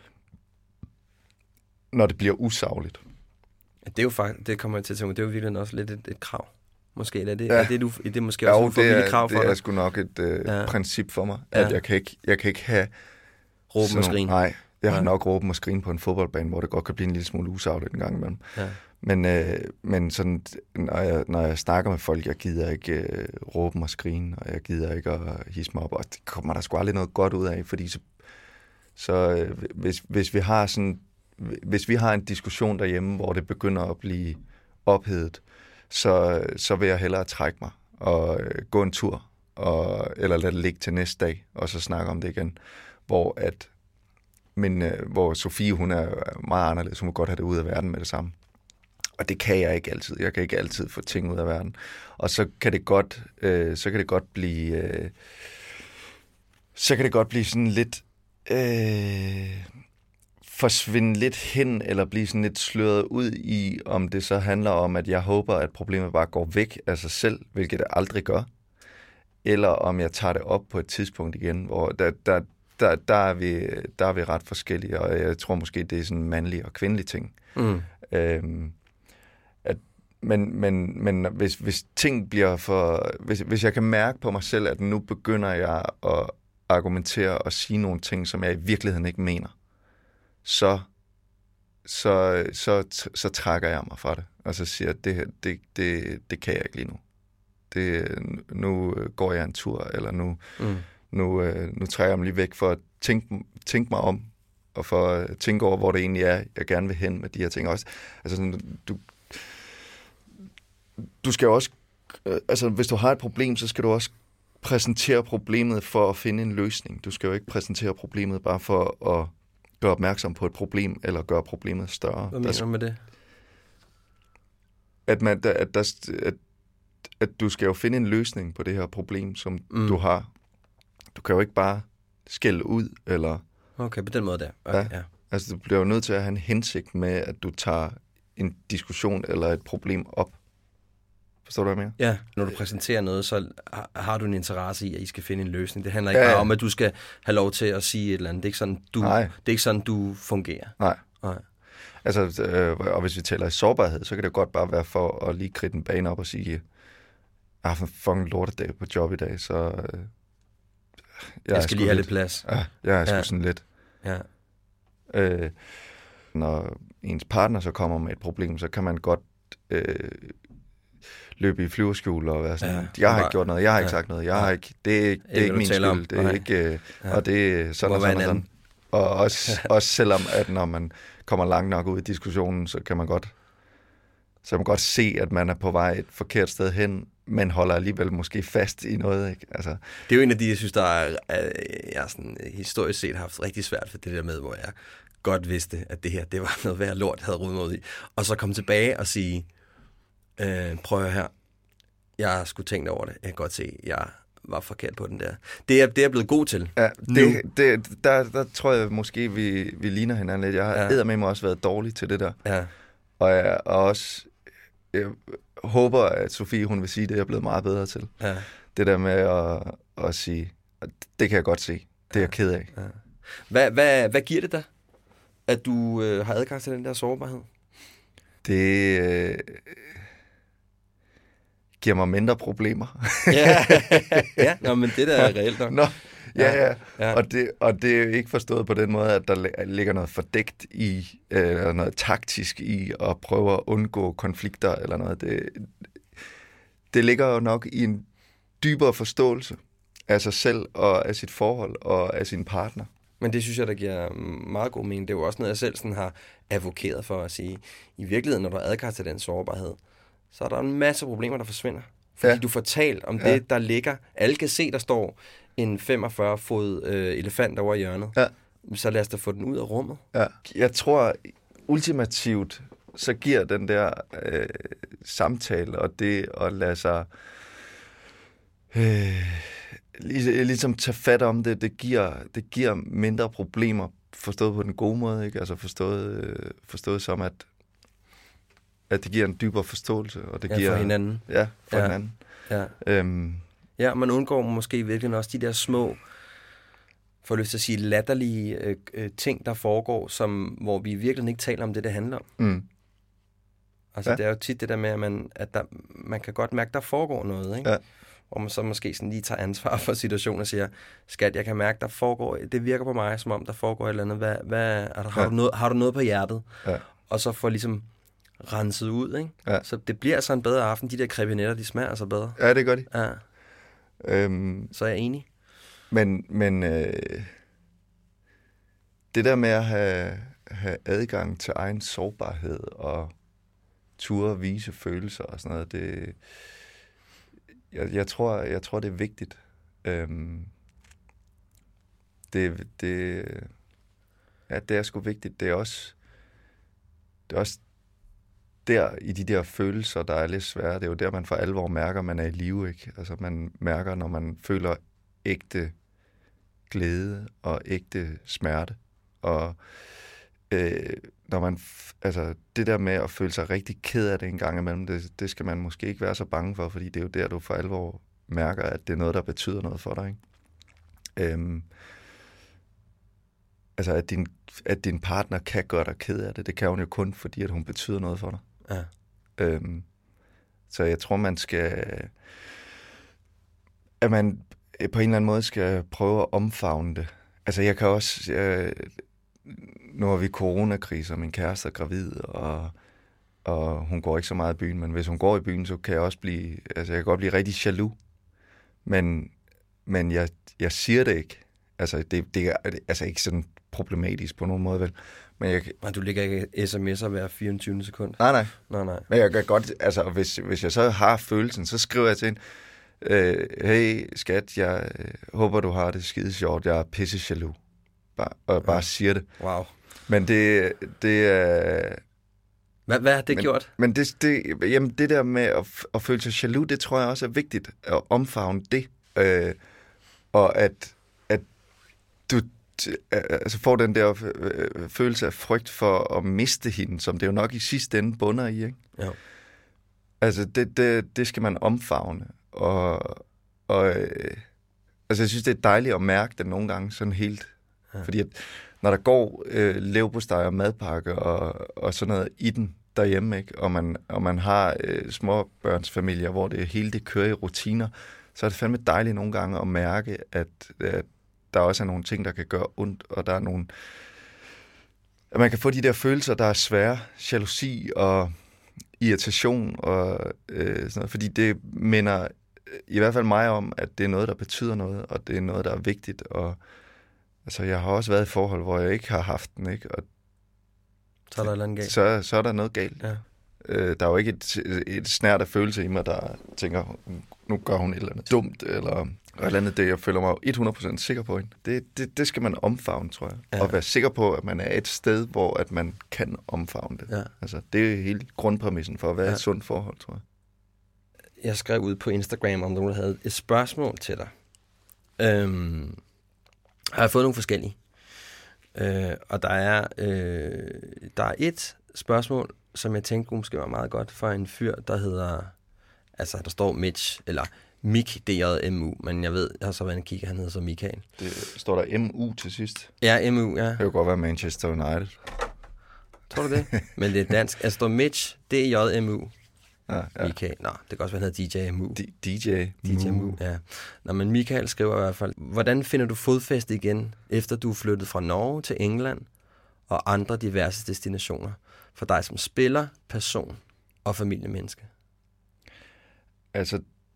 når det bliver usagligt. Det er jo faktisk, det kommer jeg til at tænke, det er jo virkelig også lidt et, et krav. Måske er det, Ja. er det, du, er det måske også Jo, et for vildt krav for det er dig? sgu nok et øh, Ja. princip for mig, Ja. at jeg kan ikke, jeg kan ikke have Råben sådan og nogle- skrin. Nej, jeg har Nej. nok råben og skrine på en fodboldbane, hvor det godt kan blive en lille smule usagligt en gang imellem. Ja. Men, øh, men sådan, når jeg, når jeg snakker med folk, jeg gider ikke øh, råben og skrine, og jeg gider ikke at hisse mig op, og det kommer der sgu aldrig noget godt ud af, fordi så, så øh, hvis, hvis vi har sådan, hvis vi har en diskussion derhjemme, hvor det begynder at blive ophedet, så, så vil jeg hellere trække mig og øh, gå en tur, og, eller lade det ligge til næste dag, og så snakke om det igen, hvor at men, øh, hvor Sofie, hun er meget anderledes, hun vil godt have det ud af verden med det samme. Og det kan jeg ikke altid. Jeg kan ikke altid få ting ud af verden. Og så kan det godt, øh, så kan det godt blive, øh, så kan det godt blive sådan lidt, øh, forsvinde lidt hen, eller blive sådan lidt sløret ud i, om det så handler om, at jeg håber, at problemet bare går væk af sig selv, hvilket det aldrig gør. Eller om jeg tager det op på et tidspunkt igen, hvor der, der, der, der, er, vi, der er vi ret forskellige, og jeg tror måske, det er sådan en mandlig og kvindelig ting. Mm. Øhm, at, men men, men hvis, hvis ting bliver for... Hvis, hvis jeg kan mærke på mig selv, at nu begynder jeg at argumentere og sige nogle ting, som jeg i virkeligheden ikke mener, så, så, så, så trækker jeg mig fra det, og så siger jeg, at det, det, det, det kan jeg ikke lige nu. Det, nu går jeg en tur, eller nu, Mm. nu, nu trækker jeg mig lige væk for at tænke, tænke mig om, og for at tænke over, hvor det egentlig er, jeg gerne vil hen med de her ting også. Altså sådan, du, du skal jo også, altså hvis du har et problem, så skal du også præsentere problemet for at finde en løsning. Du skal jo ikke præsentere problemet bare for at gøre opmærksom på et problem, eller gøre problemet større. Hvad mener Der, du med det? at, man, at, der, at, at du skal jo finde en løsning på det her problem, som Mm. du har. Du kan jo ikke bare skælde ud, eller... Okay, på den måde der. Okay, ja. Ja. Altså, du bliver jo nødt til at have en hensigt med, at du tager en diskussion eller et problem op. Forstår du, hvad jeg mener? Ja, når du præsenterer noget, så har, har du en interesse i, at I skal finde en løsning. Det handler ikke Ja, bare ja. om, at du skal have lov til at sige et eller andet. Det er ikke sådan, du, Nej. det er ikke sådan, du fungerer. Nej. Nej. Altså, øh, og hvis vi taler i sårbarhed, så kan det godt bare være for at lige kridte en bane op og sige, jeg har haft en fucking lortedag på job i dag, så... Øh, jeg, Jeg er skal sgu lige have lidt plads. Ja, jeg er sgu Ja. sådan lidt... Ja. Øh, når ens partner så kommer med et problem, så kan man godt øh, løbe i flyverskjul og være sådan, Ja, ja, jeg har bare- ikke gjort noget, jeg har ikke ja, sagt noget, jeg ja. har ikke, det er ikke, det er ikke hvad du min taler om. skyld, det er Nej. ikke, øh, Ja. og det er sådan Må og være sådan og en sådan. anden. Og også, også selvom, at når man kommer langt nok ud i diskussionen, så kan man godt, så kan man godt se, at man er på vej et forkert sted hen, men holder alligevel måske fast i noget, ikke? Altså, Det er jo en af de, jeg synes, der er, er jeg har sådan, historisk set haft rigtig svært for det der med, hvor jeg godt vidste, at det her, det var noget værd lort, jeg havde rodet mig ud i. Og så komme tilbage og sige, øh, prøv at høre her, jeg skulle tænke over det. Jeg kan godt se, jeg var forkert på den der. Det er, det er jeg blevet god til. ja, Nu. det, det, der, der tror jeg måske, vi, vi ligner hinanden lidt. Jeg har Ja. ja. eddermame også været dårlig til det der. Ja. Og jeg og også jeg håber, at Sofie, hun vil sige det, jeg er blevet meget bedre til. Ja. Det der med at, at sige, det kan jeg godt se. Det er jeg ked af. Ja. Hvad, hvad, hvad giver det dig, at du øh, har adgang til den der sårbarhed? Det øh, giver mig mindre problemer. ja, ja. Nå, men det der er reelt nok. Nå, ja, ja. ja. Og, det, og det er ikke forstået på den måde, at der ligger noget fordækt i, eller noget taktisk i at prøve at undgå konflikter eller noget. Det, det ligger jo nok i en dybere forståelse af sig selv og af sit forhold og af sin partner. Men det synes jeg, der giver meget god mening. Det er jo også noget, jeg selv sådan har advokeret for at sige. I virkeligheden, når du har adgang til den sårbarhed, så er der en masse problemer, der forsvinder. Fordi ja. du får talt om ja. det, der ligger. Alle kan se, der står en femogfyrre fod øh, elefant over i hjørnet. Ja. Så lad os da få den ud af rummet. Ja. Jeg tror, ultimativt, så giver den der øh, samtale og det at lade sig øh, ligesom tage fat om det, det giver, det giver mindre problemer, forstået på den gode måde, ikke? Altså forstået, øh, forstået som, at, at det giver en dybere forståelse. Og det ja, giver, for hinanden. Ja, for ja. hinanden. Ja. Øhm, ja, man undgår måske virkelig også de der små, for lyst til at sige, latterlige øh, øh, ting, der foregår, som, hvor vi virkelig ikke taler om det, det handler om. Mm. Altså, ja. det er jo tit det der med, at man, at der, man kan godt mærke, at der foregår noget, ikke? Ja. Og man så måske sådan lige tager ansvar for situationen og siger, skat, jeg kan mærke, der foregår, det virker på mig, som om der foregår et eller andet. Hvad, hvad, er der, har, ja. du noget, har du noget på hjertet? Ja. Og så får ligesom renset ud, ikke? Ja. Så det bliver altså en bedre aften. De der krebinetter, de smager så bedre. Ja, det gør de. Ja. Øhm, så er jeg enig. Men, men øh, det der med at have, have adgang til egen sårbarhed og ture vise følelser og sådan noget, det, jeg, jeg, tror, jeg tror, det er vigtigt. Øhm, det, det, ja, det er sgu vigtigt. Det er også, det er også der i de der følelser, der er lidt svære. Det er jo der, man for alvor mærker, at man er i live, ikke? Altså, man mærker, når man føler ægte glæde og ægte smerte. Og øh, når man, f- altså, det der med at føle sig rigtig ked af det en gang imellem, det, det skal man måske ikke være så bange for, fordi det er jo der, du for alvor mærker, at det er noget, der betyder noget for dig, ikke? Øhm, altså, at din, at din partner kan gøre dig ked af det, det kan hun jo kun, fordi at hun betyder noget for dig. Ja. Øhm, så jeg tror, man skal, at man på en eller anden måde skal prøve at omfavne det. Altså, jeg kan også, jeg, nu har vi coronakrise, og min kæreste er gravid, og, og hun går ikke så meget i byen, men hvis hun går i byen, så kan jeg også blive, altså, jeg kan godt blive rigtig jaloux. Men, men jeg, jeg siger det ikke. Altså, det, det er altså ikke sådan problematisk på nogen måde, vel? Men jeg, nej, du lægger ikke sms'er hver fireogtyvende sekund? Nej, nej. Nej, nej. Men jeg kan godt, altså, hvis, hvis jeg så har følelsen, så skriver jeg til hende, øh, hey, skat, jeg øh, håber, du har det skide sjovt, jeg er pisse jaloux. Bare, og bare ja. siger det. Wow. Men det, det er... Øh, hvad, hvad har det men, gjort? Men det, det, jamen, det der med at, at føle sig jaloux, det tror jeg også er vigtigt, at omfavne det. Øh, og at, at du altså får den der følelse af frygt for at miste hende, som det jo nok i sidste ende bunder i, ikke? Ja. Altså, det, det, det skal man omfavne. Og, og øh, altså, jeg synes, det er dejligt at mærke det nogle gange sådan helt. Ja. Fordi at, når der går øh, leverpostej og madpakke og, og sådan noget i den derhjemme, ikke? Og man, og man har øh, småbørnsfamilier, hvor det hele det kører i rutiner, så er det fandme dejligt nogle gange at mærke, at, at der også er nogle ting, der kan gøre ondt, og der er nogle... At man kan få de der følelser, der er svære, jalousi og irritation, og, øh, sådan noget, fordi det minder i hvert fald mig om, at det er noget, der betyder noget, og det er noget, der er vigtigt. Og, altså, jeg har også været i forhold, hvor jeg ikke har haft den, ikke? Og så er der noget galt. Så, så er der noget galt. Ja. Øh, der er jo ikke et, et snært af følelse i mig, der tænker, nu gør hun et eller andet dumt, eller... Og et eller andet, det jeg føler mig hundrede procent sikker på hende. Det, det, det skal man omfavne, tror jeg. Ja. Og være sikker på, at man er et sted, hvor at man kan omfavne det. Ja. Altså, det er hele grundpræmissen for at være ja. et sundt forhold, tror jeg. Jeg skrev ud på Instagram, om nogen havde et spørgsmål til dig. Øhm, har jeg fået nogle forskellige. Øh, og der er, øh, der er et spørgsmål, som jeg tænkte måske var meget godt for en fyr, der hedder, altså der står Mitch, eller Mik, D J M U, men jeg ved, jeg har så været en kigger, han hedder så Michael. Det står der M U til sidst. Ja, M U, ja. Det kan jo godt være Manchester United. Tror du det? Men det er dansk. Altså, der står Mitch, D J M U. Ja, ja. Michael. Nå, det kan også være, han hedder D J Mu. D- DJ D J Mu, ja. Nå, men Michael skriver i hvert fald, hvordan finder du fodfæste igen, efter du er flyttet fra Norge til England og andre diverse destinationer, for dig som spiller, person og familiemenneske? Altså,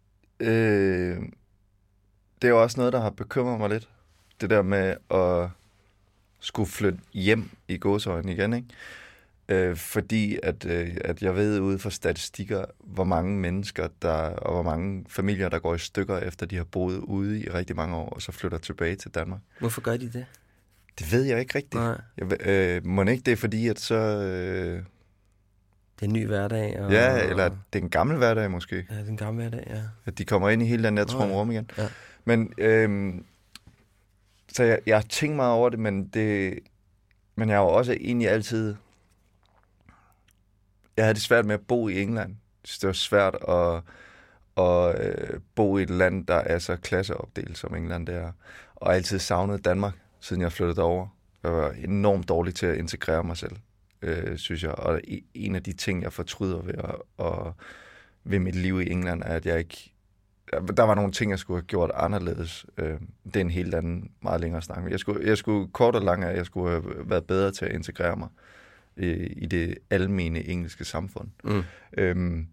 øh, det er jo også noget, der har bekymret mig lidt. Det der med at skulle flytte hjem i gåseøjne igen, ikke? Øh, fordi at, øh, at jeg ved ude fra statistikker, hvor mange mennesker, der, og hvor mange familier, der går i stykker, efter de har boet ude i rigtig mange år, og så flytter tilbage til Danmark. Hvorfor gør de det? Det ved jeg ikke rigtigt. Nej. Jeg, øh, må ikke det er fordi, at så... Øh, det er en ny hverdag. Og, ja, eller det er en gammel hverdag måske. Ja, det er en gammel hverdag, ja. At de kommer ind i hele den der trum rum igen. Ja. Men, øh, så jeg, jeg har tænkt meget over det, men det... Men jeg har jo også egentlig altid... Jeg havde det svært med at bo i England. Det var svært at, at øh, bo i et land, der er så klasseopdelt, som England det er. Og altid savnet Danmark, siden jeg flyttede derover. Jeg var enormt dårlig til at integrere mig selv, øh, synes jeg. Og en af de ting, jeg fortryder ved, at, at, ved mit liv i England, er, at jeg ikke... Der var nogle ting, jeg skulle have gjort anderledes. Øh, det er en helt anden, meget længere snak. Jeg skulle, jeg skulle kort og langt af, jeg skulle have været bedre til at integrere mig i det almene engelske samfund. Mm. Øhm,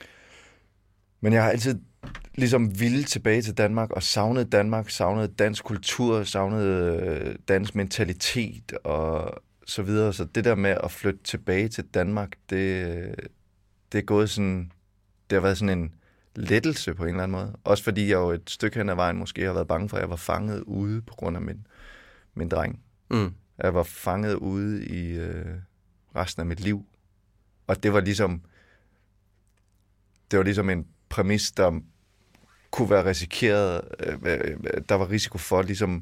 men jeg har altid ligesom ville tilbage til Danmark, og savnet Danmark, savnet dansk kultur, savnet øh, dansk mentalitet, og så videre. Så det der med at flytte tilbage til Danmark, det, det er gået sådan, det har været sådan en lettelse på en eller anden måde. Også fordi jeg jo et stykke hen ad vejen måske har været bange for, at jeg var fanget ude på grund af min, min dreng. Mm. Jeg var fanget ude i... Øh, resten af mit liv. Og det var ligesom det var ligesom en præmis, der kunne være risikeret, øh, der var risiko for ligesom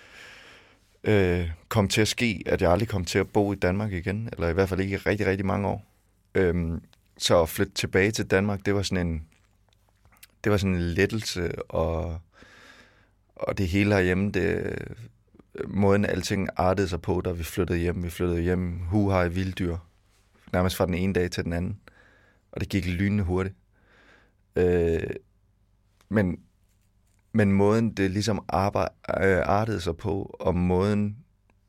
øh, kom til at ske, at jeg aldrig kom til at bo i Danmark igen, eller i hvert fald ikke i rigtig, rigtig mange år. Øhm, så at flytte tilbage til Danmark, det var sådan en det var sådan en lettelse, og, og det hele herhjemme, det måden alting artede sig på, da vi flyttede hjem. Vi flyttede hjem huha i vilddyr, nærmest fra den ene dag til den anden. Og det gik lynende hurtigt. Øh, men, men måden det ligesom arbejde, øh, artede sig på, og måden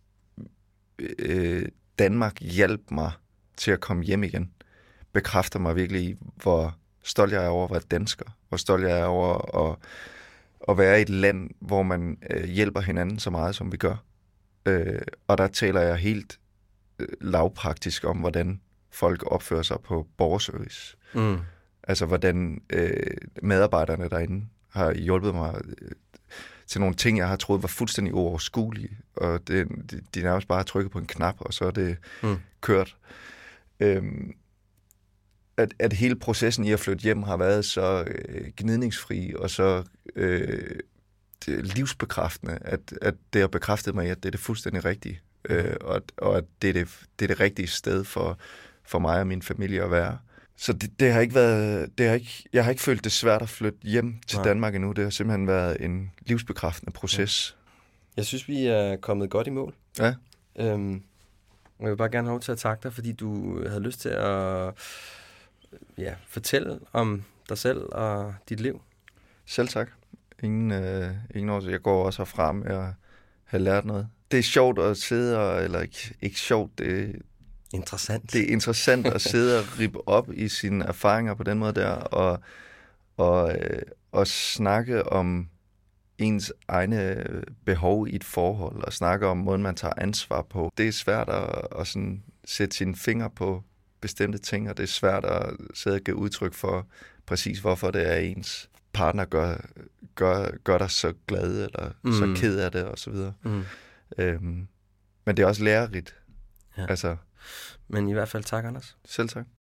øh, Danmark hjalp mig til at komme hjem igen, bekræfter mig virkelig i, hvor stolt jeg er over at være dansker. Hvor stolt jeg er over at at være i et land, hvor man øh, hjælper hinanden så meget, som vi gør. Øh, og der taler jeg helt øh, lavpraktisk om, hvordan folk opfører sig på borgerservice. Mm. Altså, hvordan øh, medarbejderne derinde har hjulpet mig øh, til nogle ting, jeg har troet var fuldstændig uoverskuelige. Og det, de, de nærmest bare har trykket på en knap, og så er det mm. kørt. Øh, At, at hele processen i at flytte hjem har været så øh, gnidningsfri og så øh, livsbekræftende, at, at det har bekræftet mig i, at det er det fuldstændig rigtige, øh, og, og at det er det, det er det rigtige sted for, for mig og min familie at være. Så det, det har ikke været, det har ikke, jeg har ikke følt det svært at flytte hjem til Nej. Danmark endnu. Det har simpelthen været en livsbekræftende proces. Ja. Jeg synes, vi er kommet godt i mål. Ja. Øhm, jeg vil bare gerne have lov til at takke dig, fordi du havde lyst til at ja, fortælle om dig selv og dit liv. Selv tak. Ingen, øh, ingen år, jeg går også herfra med at have lært noget. Det er sjovt at sidde, og, eller ikke, ikke sjovt, det er interessant. Det er interessant at sidde og rippe op i sine erfaringer på den måde der, og, og, øh, og snakke om ens egne behov i et forhold, og snakke om måden, man tager ansvar på. Det er svært at, at sådan sætte sine fingre på bestemte ting, og det er svært at sidde og give udtryk for præcis, hvorfor det er ens partner gør, gør, gør dig så glad, eller mm. så ked af det, og så videre. Mm. Øhm, men det er også lærerigt. Ja. Altså, men i hvert fald tak, Anders. Selv tak.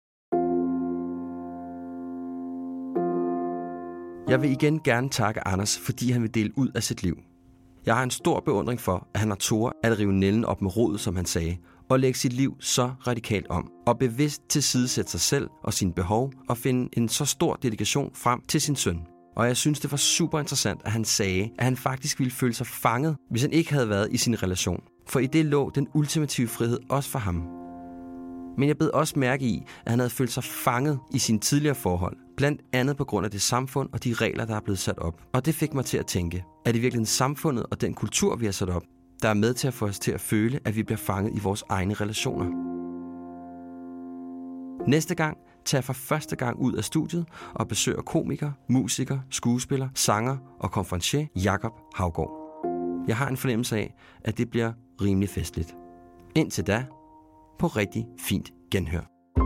Jeg vil igen gerne takke Anders, fordi han vil dele ud af sit liv. Jeg har en stor beundring for, at han har tåret at rive nælden op med rodet, som han sagde, og lægge sit liv så radikalt om, og bevidst tilsidesætte sig selv og sine behov, og finde en så stor dedikation frem til sin søn. Og jeg synes, det var super interessant, at han sagde, at han faktisk ville føle sig fanget, hvis han ikke havde været i sin relation. For i det lå den ultimative frihed også for ham. Men jeg bed også mærke i, at han havde følt sig fanget i sine tidligere forhold. Blandt andet på grund af det samfund og de regler, der er blevet sat op. Og det fik mig til at tænke, er det virkelig samfundet og den kultur, vi har sat op, der er med til at få os til at føle, at vi bliver fanget i vores egne relationer? Næste gang tager jeg for første gang ud af studiet og besøger komiker, musiker, skuespiller, sanger og konferencier Jakob Haugaard. Jeg har en fornemmelse af, at det bliver rimelig festligt. Indtil da, på rigtig fint genhør.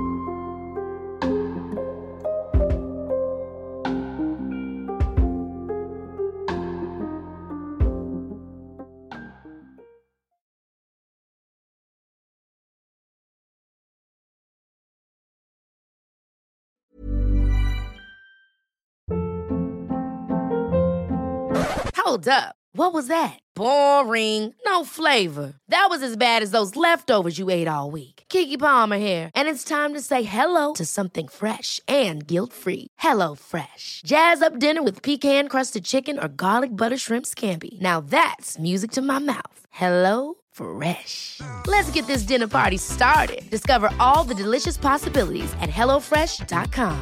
Hold up. What was that? Boring. No flavor. That was as bad as those leftovers you ate all week. Keke Palmer here, and it's time to say hello to something fresh and guilt-free. Hello Fresh. Jazz up dinner with pecan-crusted chicken or garlic butter shrimp scampi. Now that's music to my mouth. Hello Fresh. Let's get this dinner party started. Discover all the delicious possibilities at hello fresh dot com.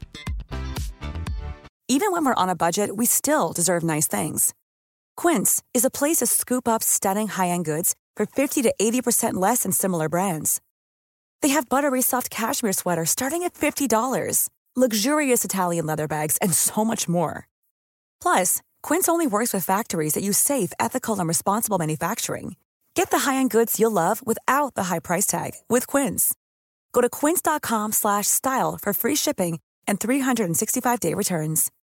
Even when we're on a budget, we still deserve nice things. Quince is a place to scoop up stunning high-end goods for fifty to eighty percent less than similar brands. They have buttery soft cashmere sweaters starting at fifty dollars, luxurious Italian leather bags, and so much more. Plus, Quince only works with factories that use safe, ethical, and responsible manufacturing. Get the high-end goods you'll love without the high price tag with Quince. Go to quince dot com slash style for free shipping and three sixty-five day returns.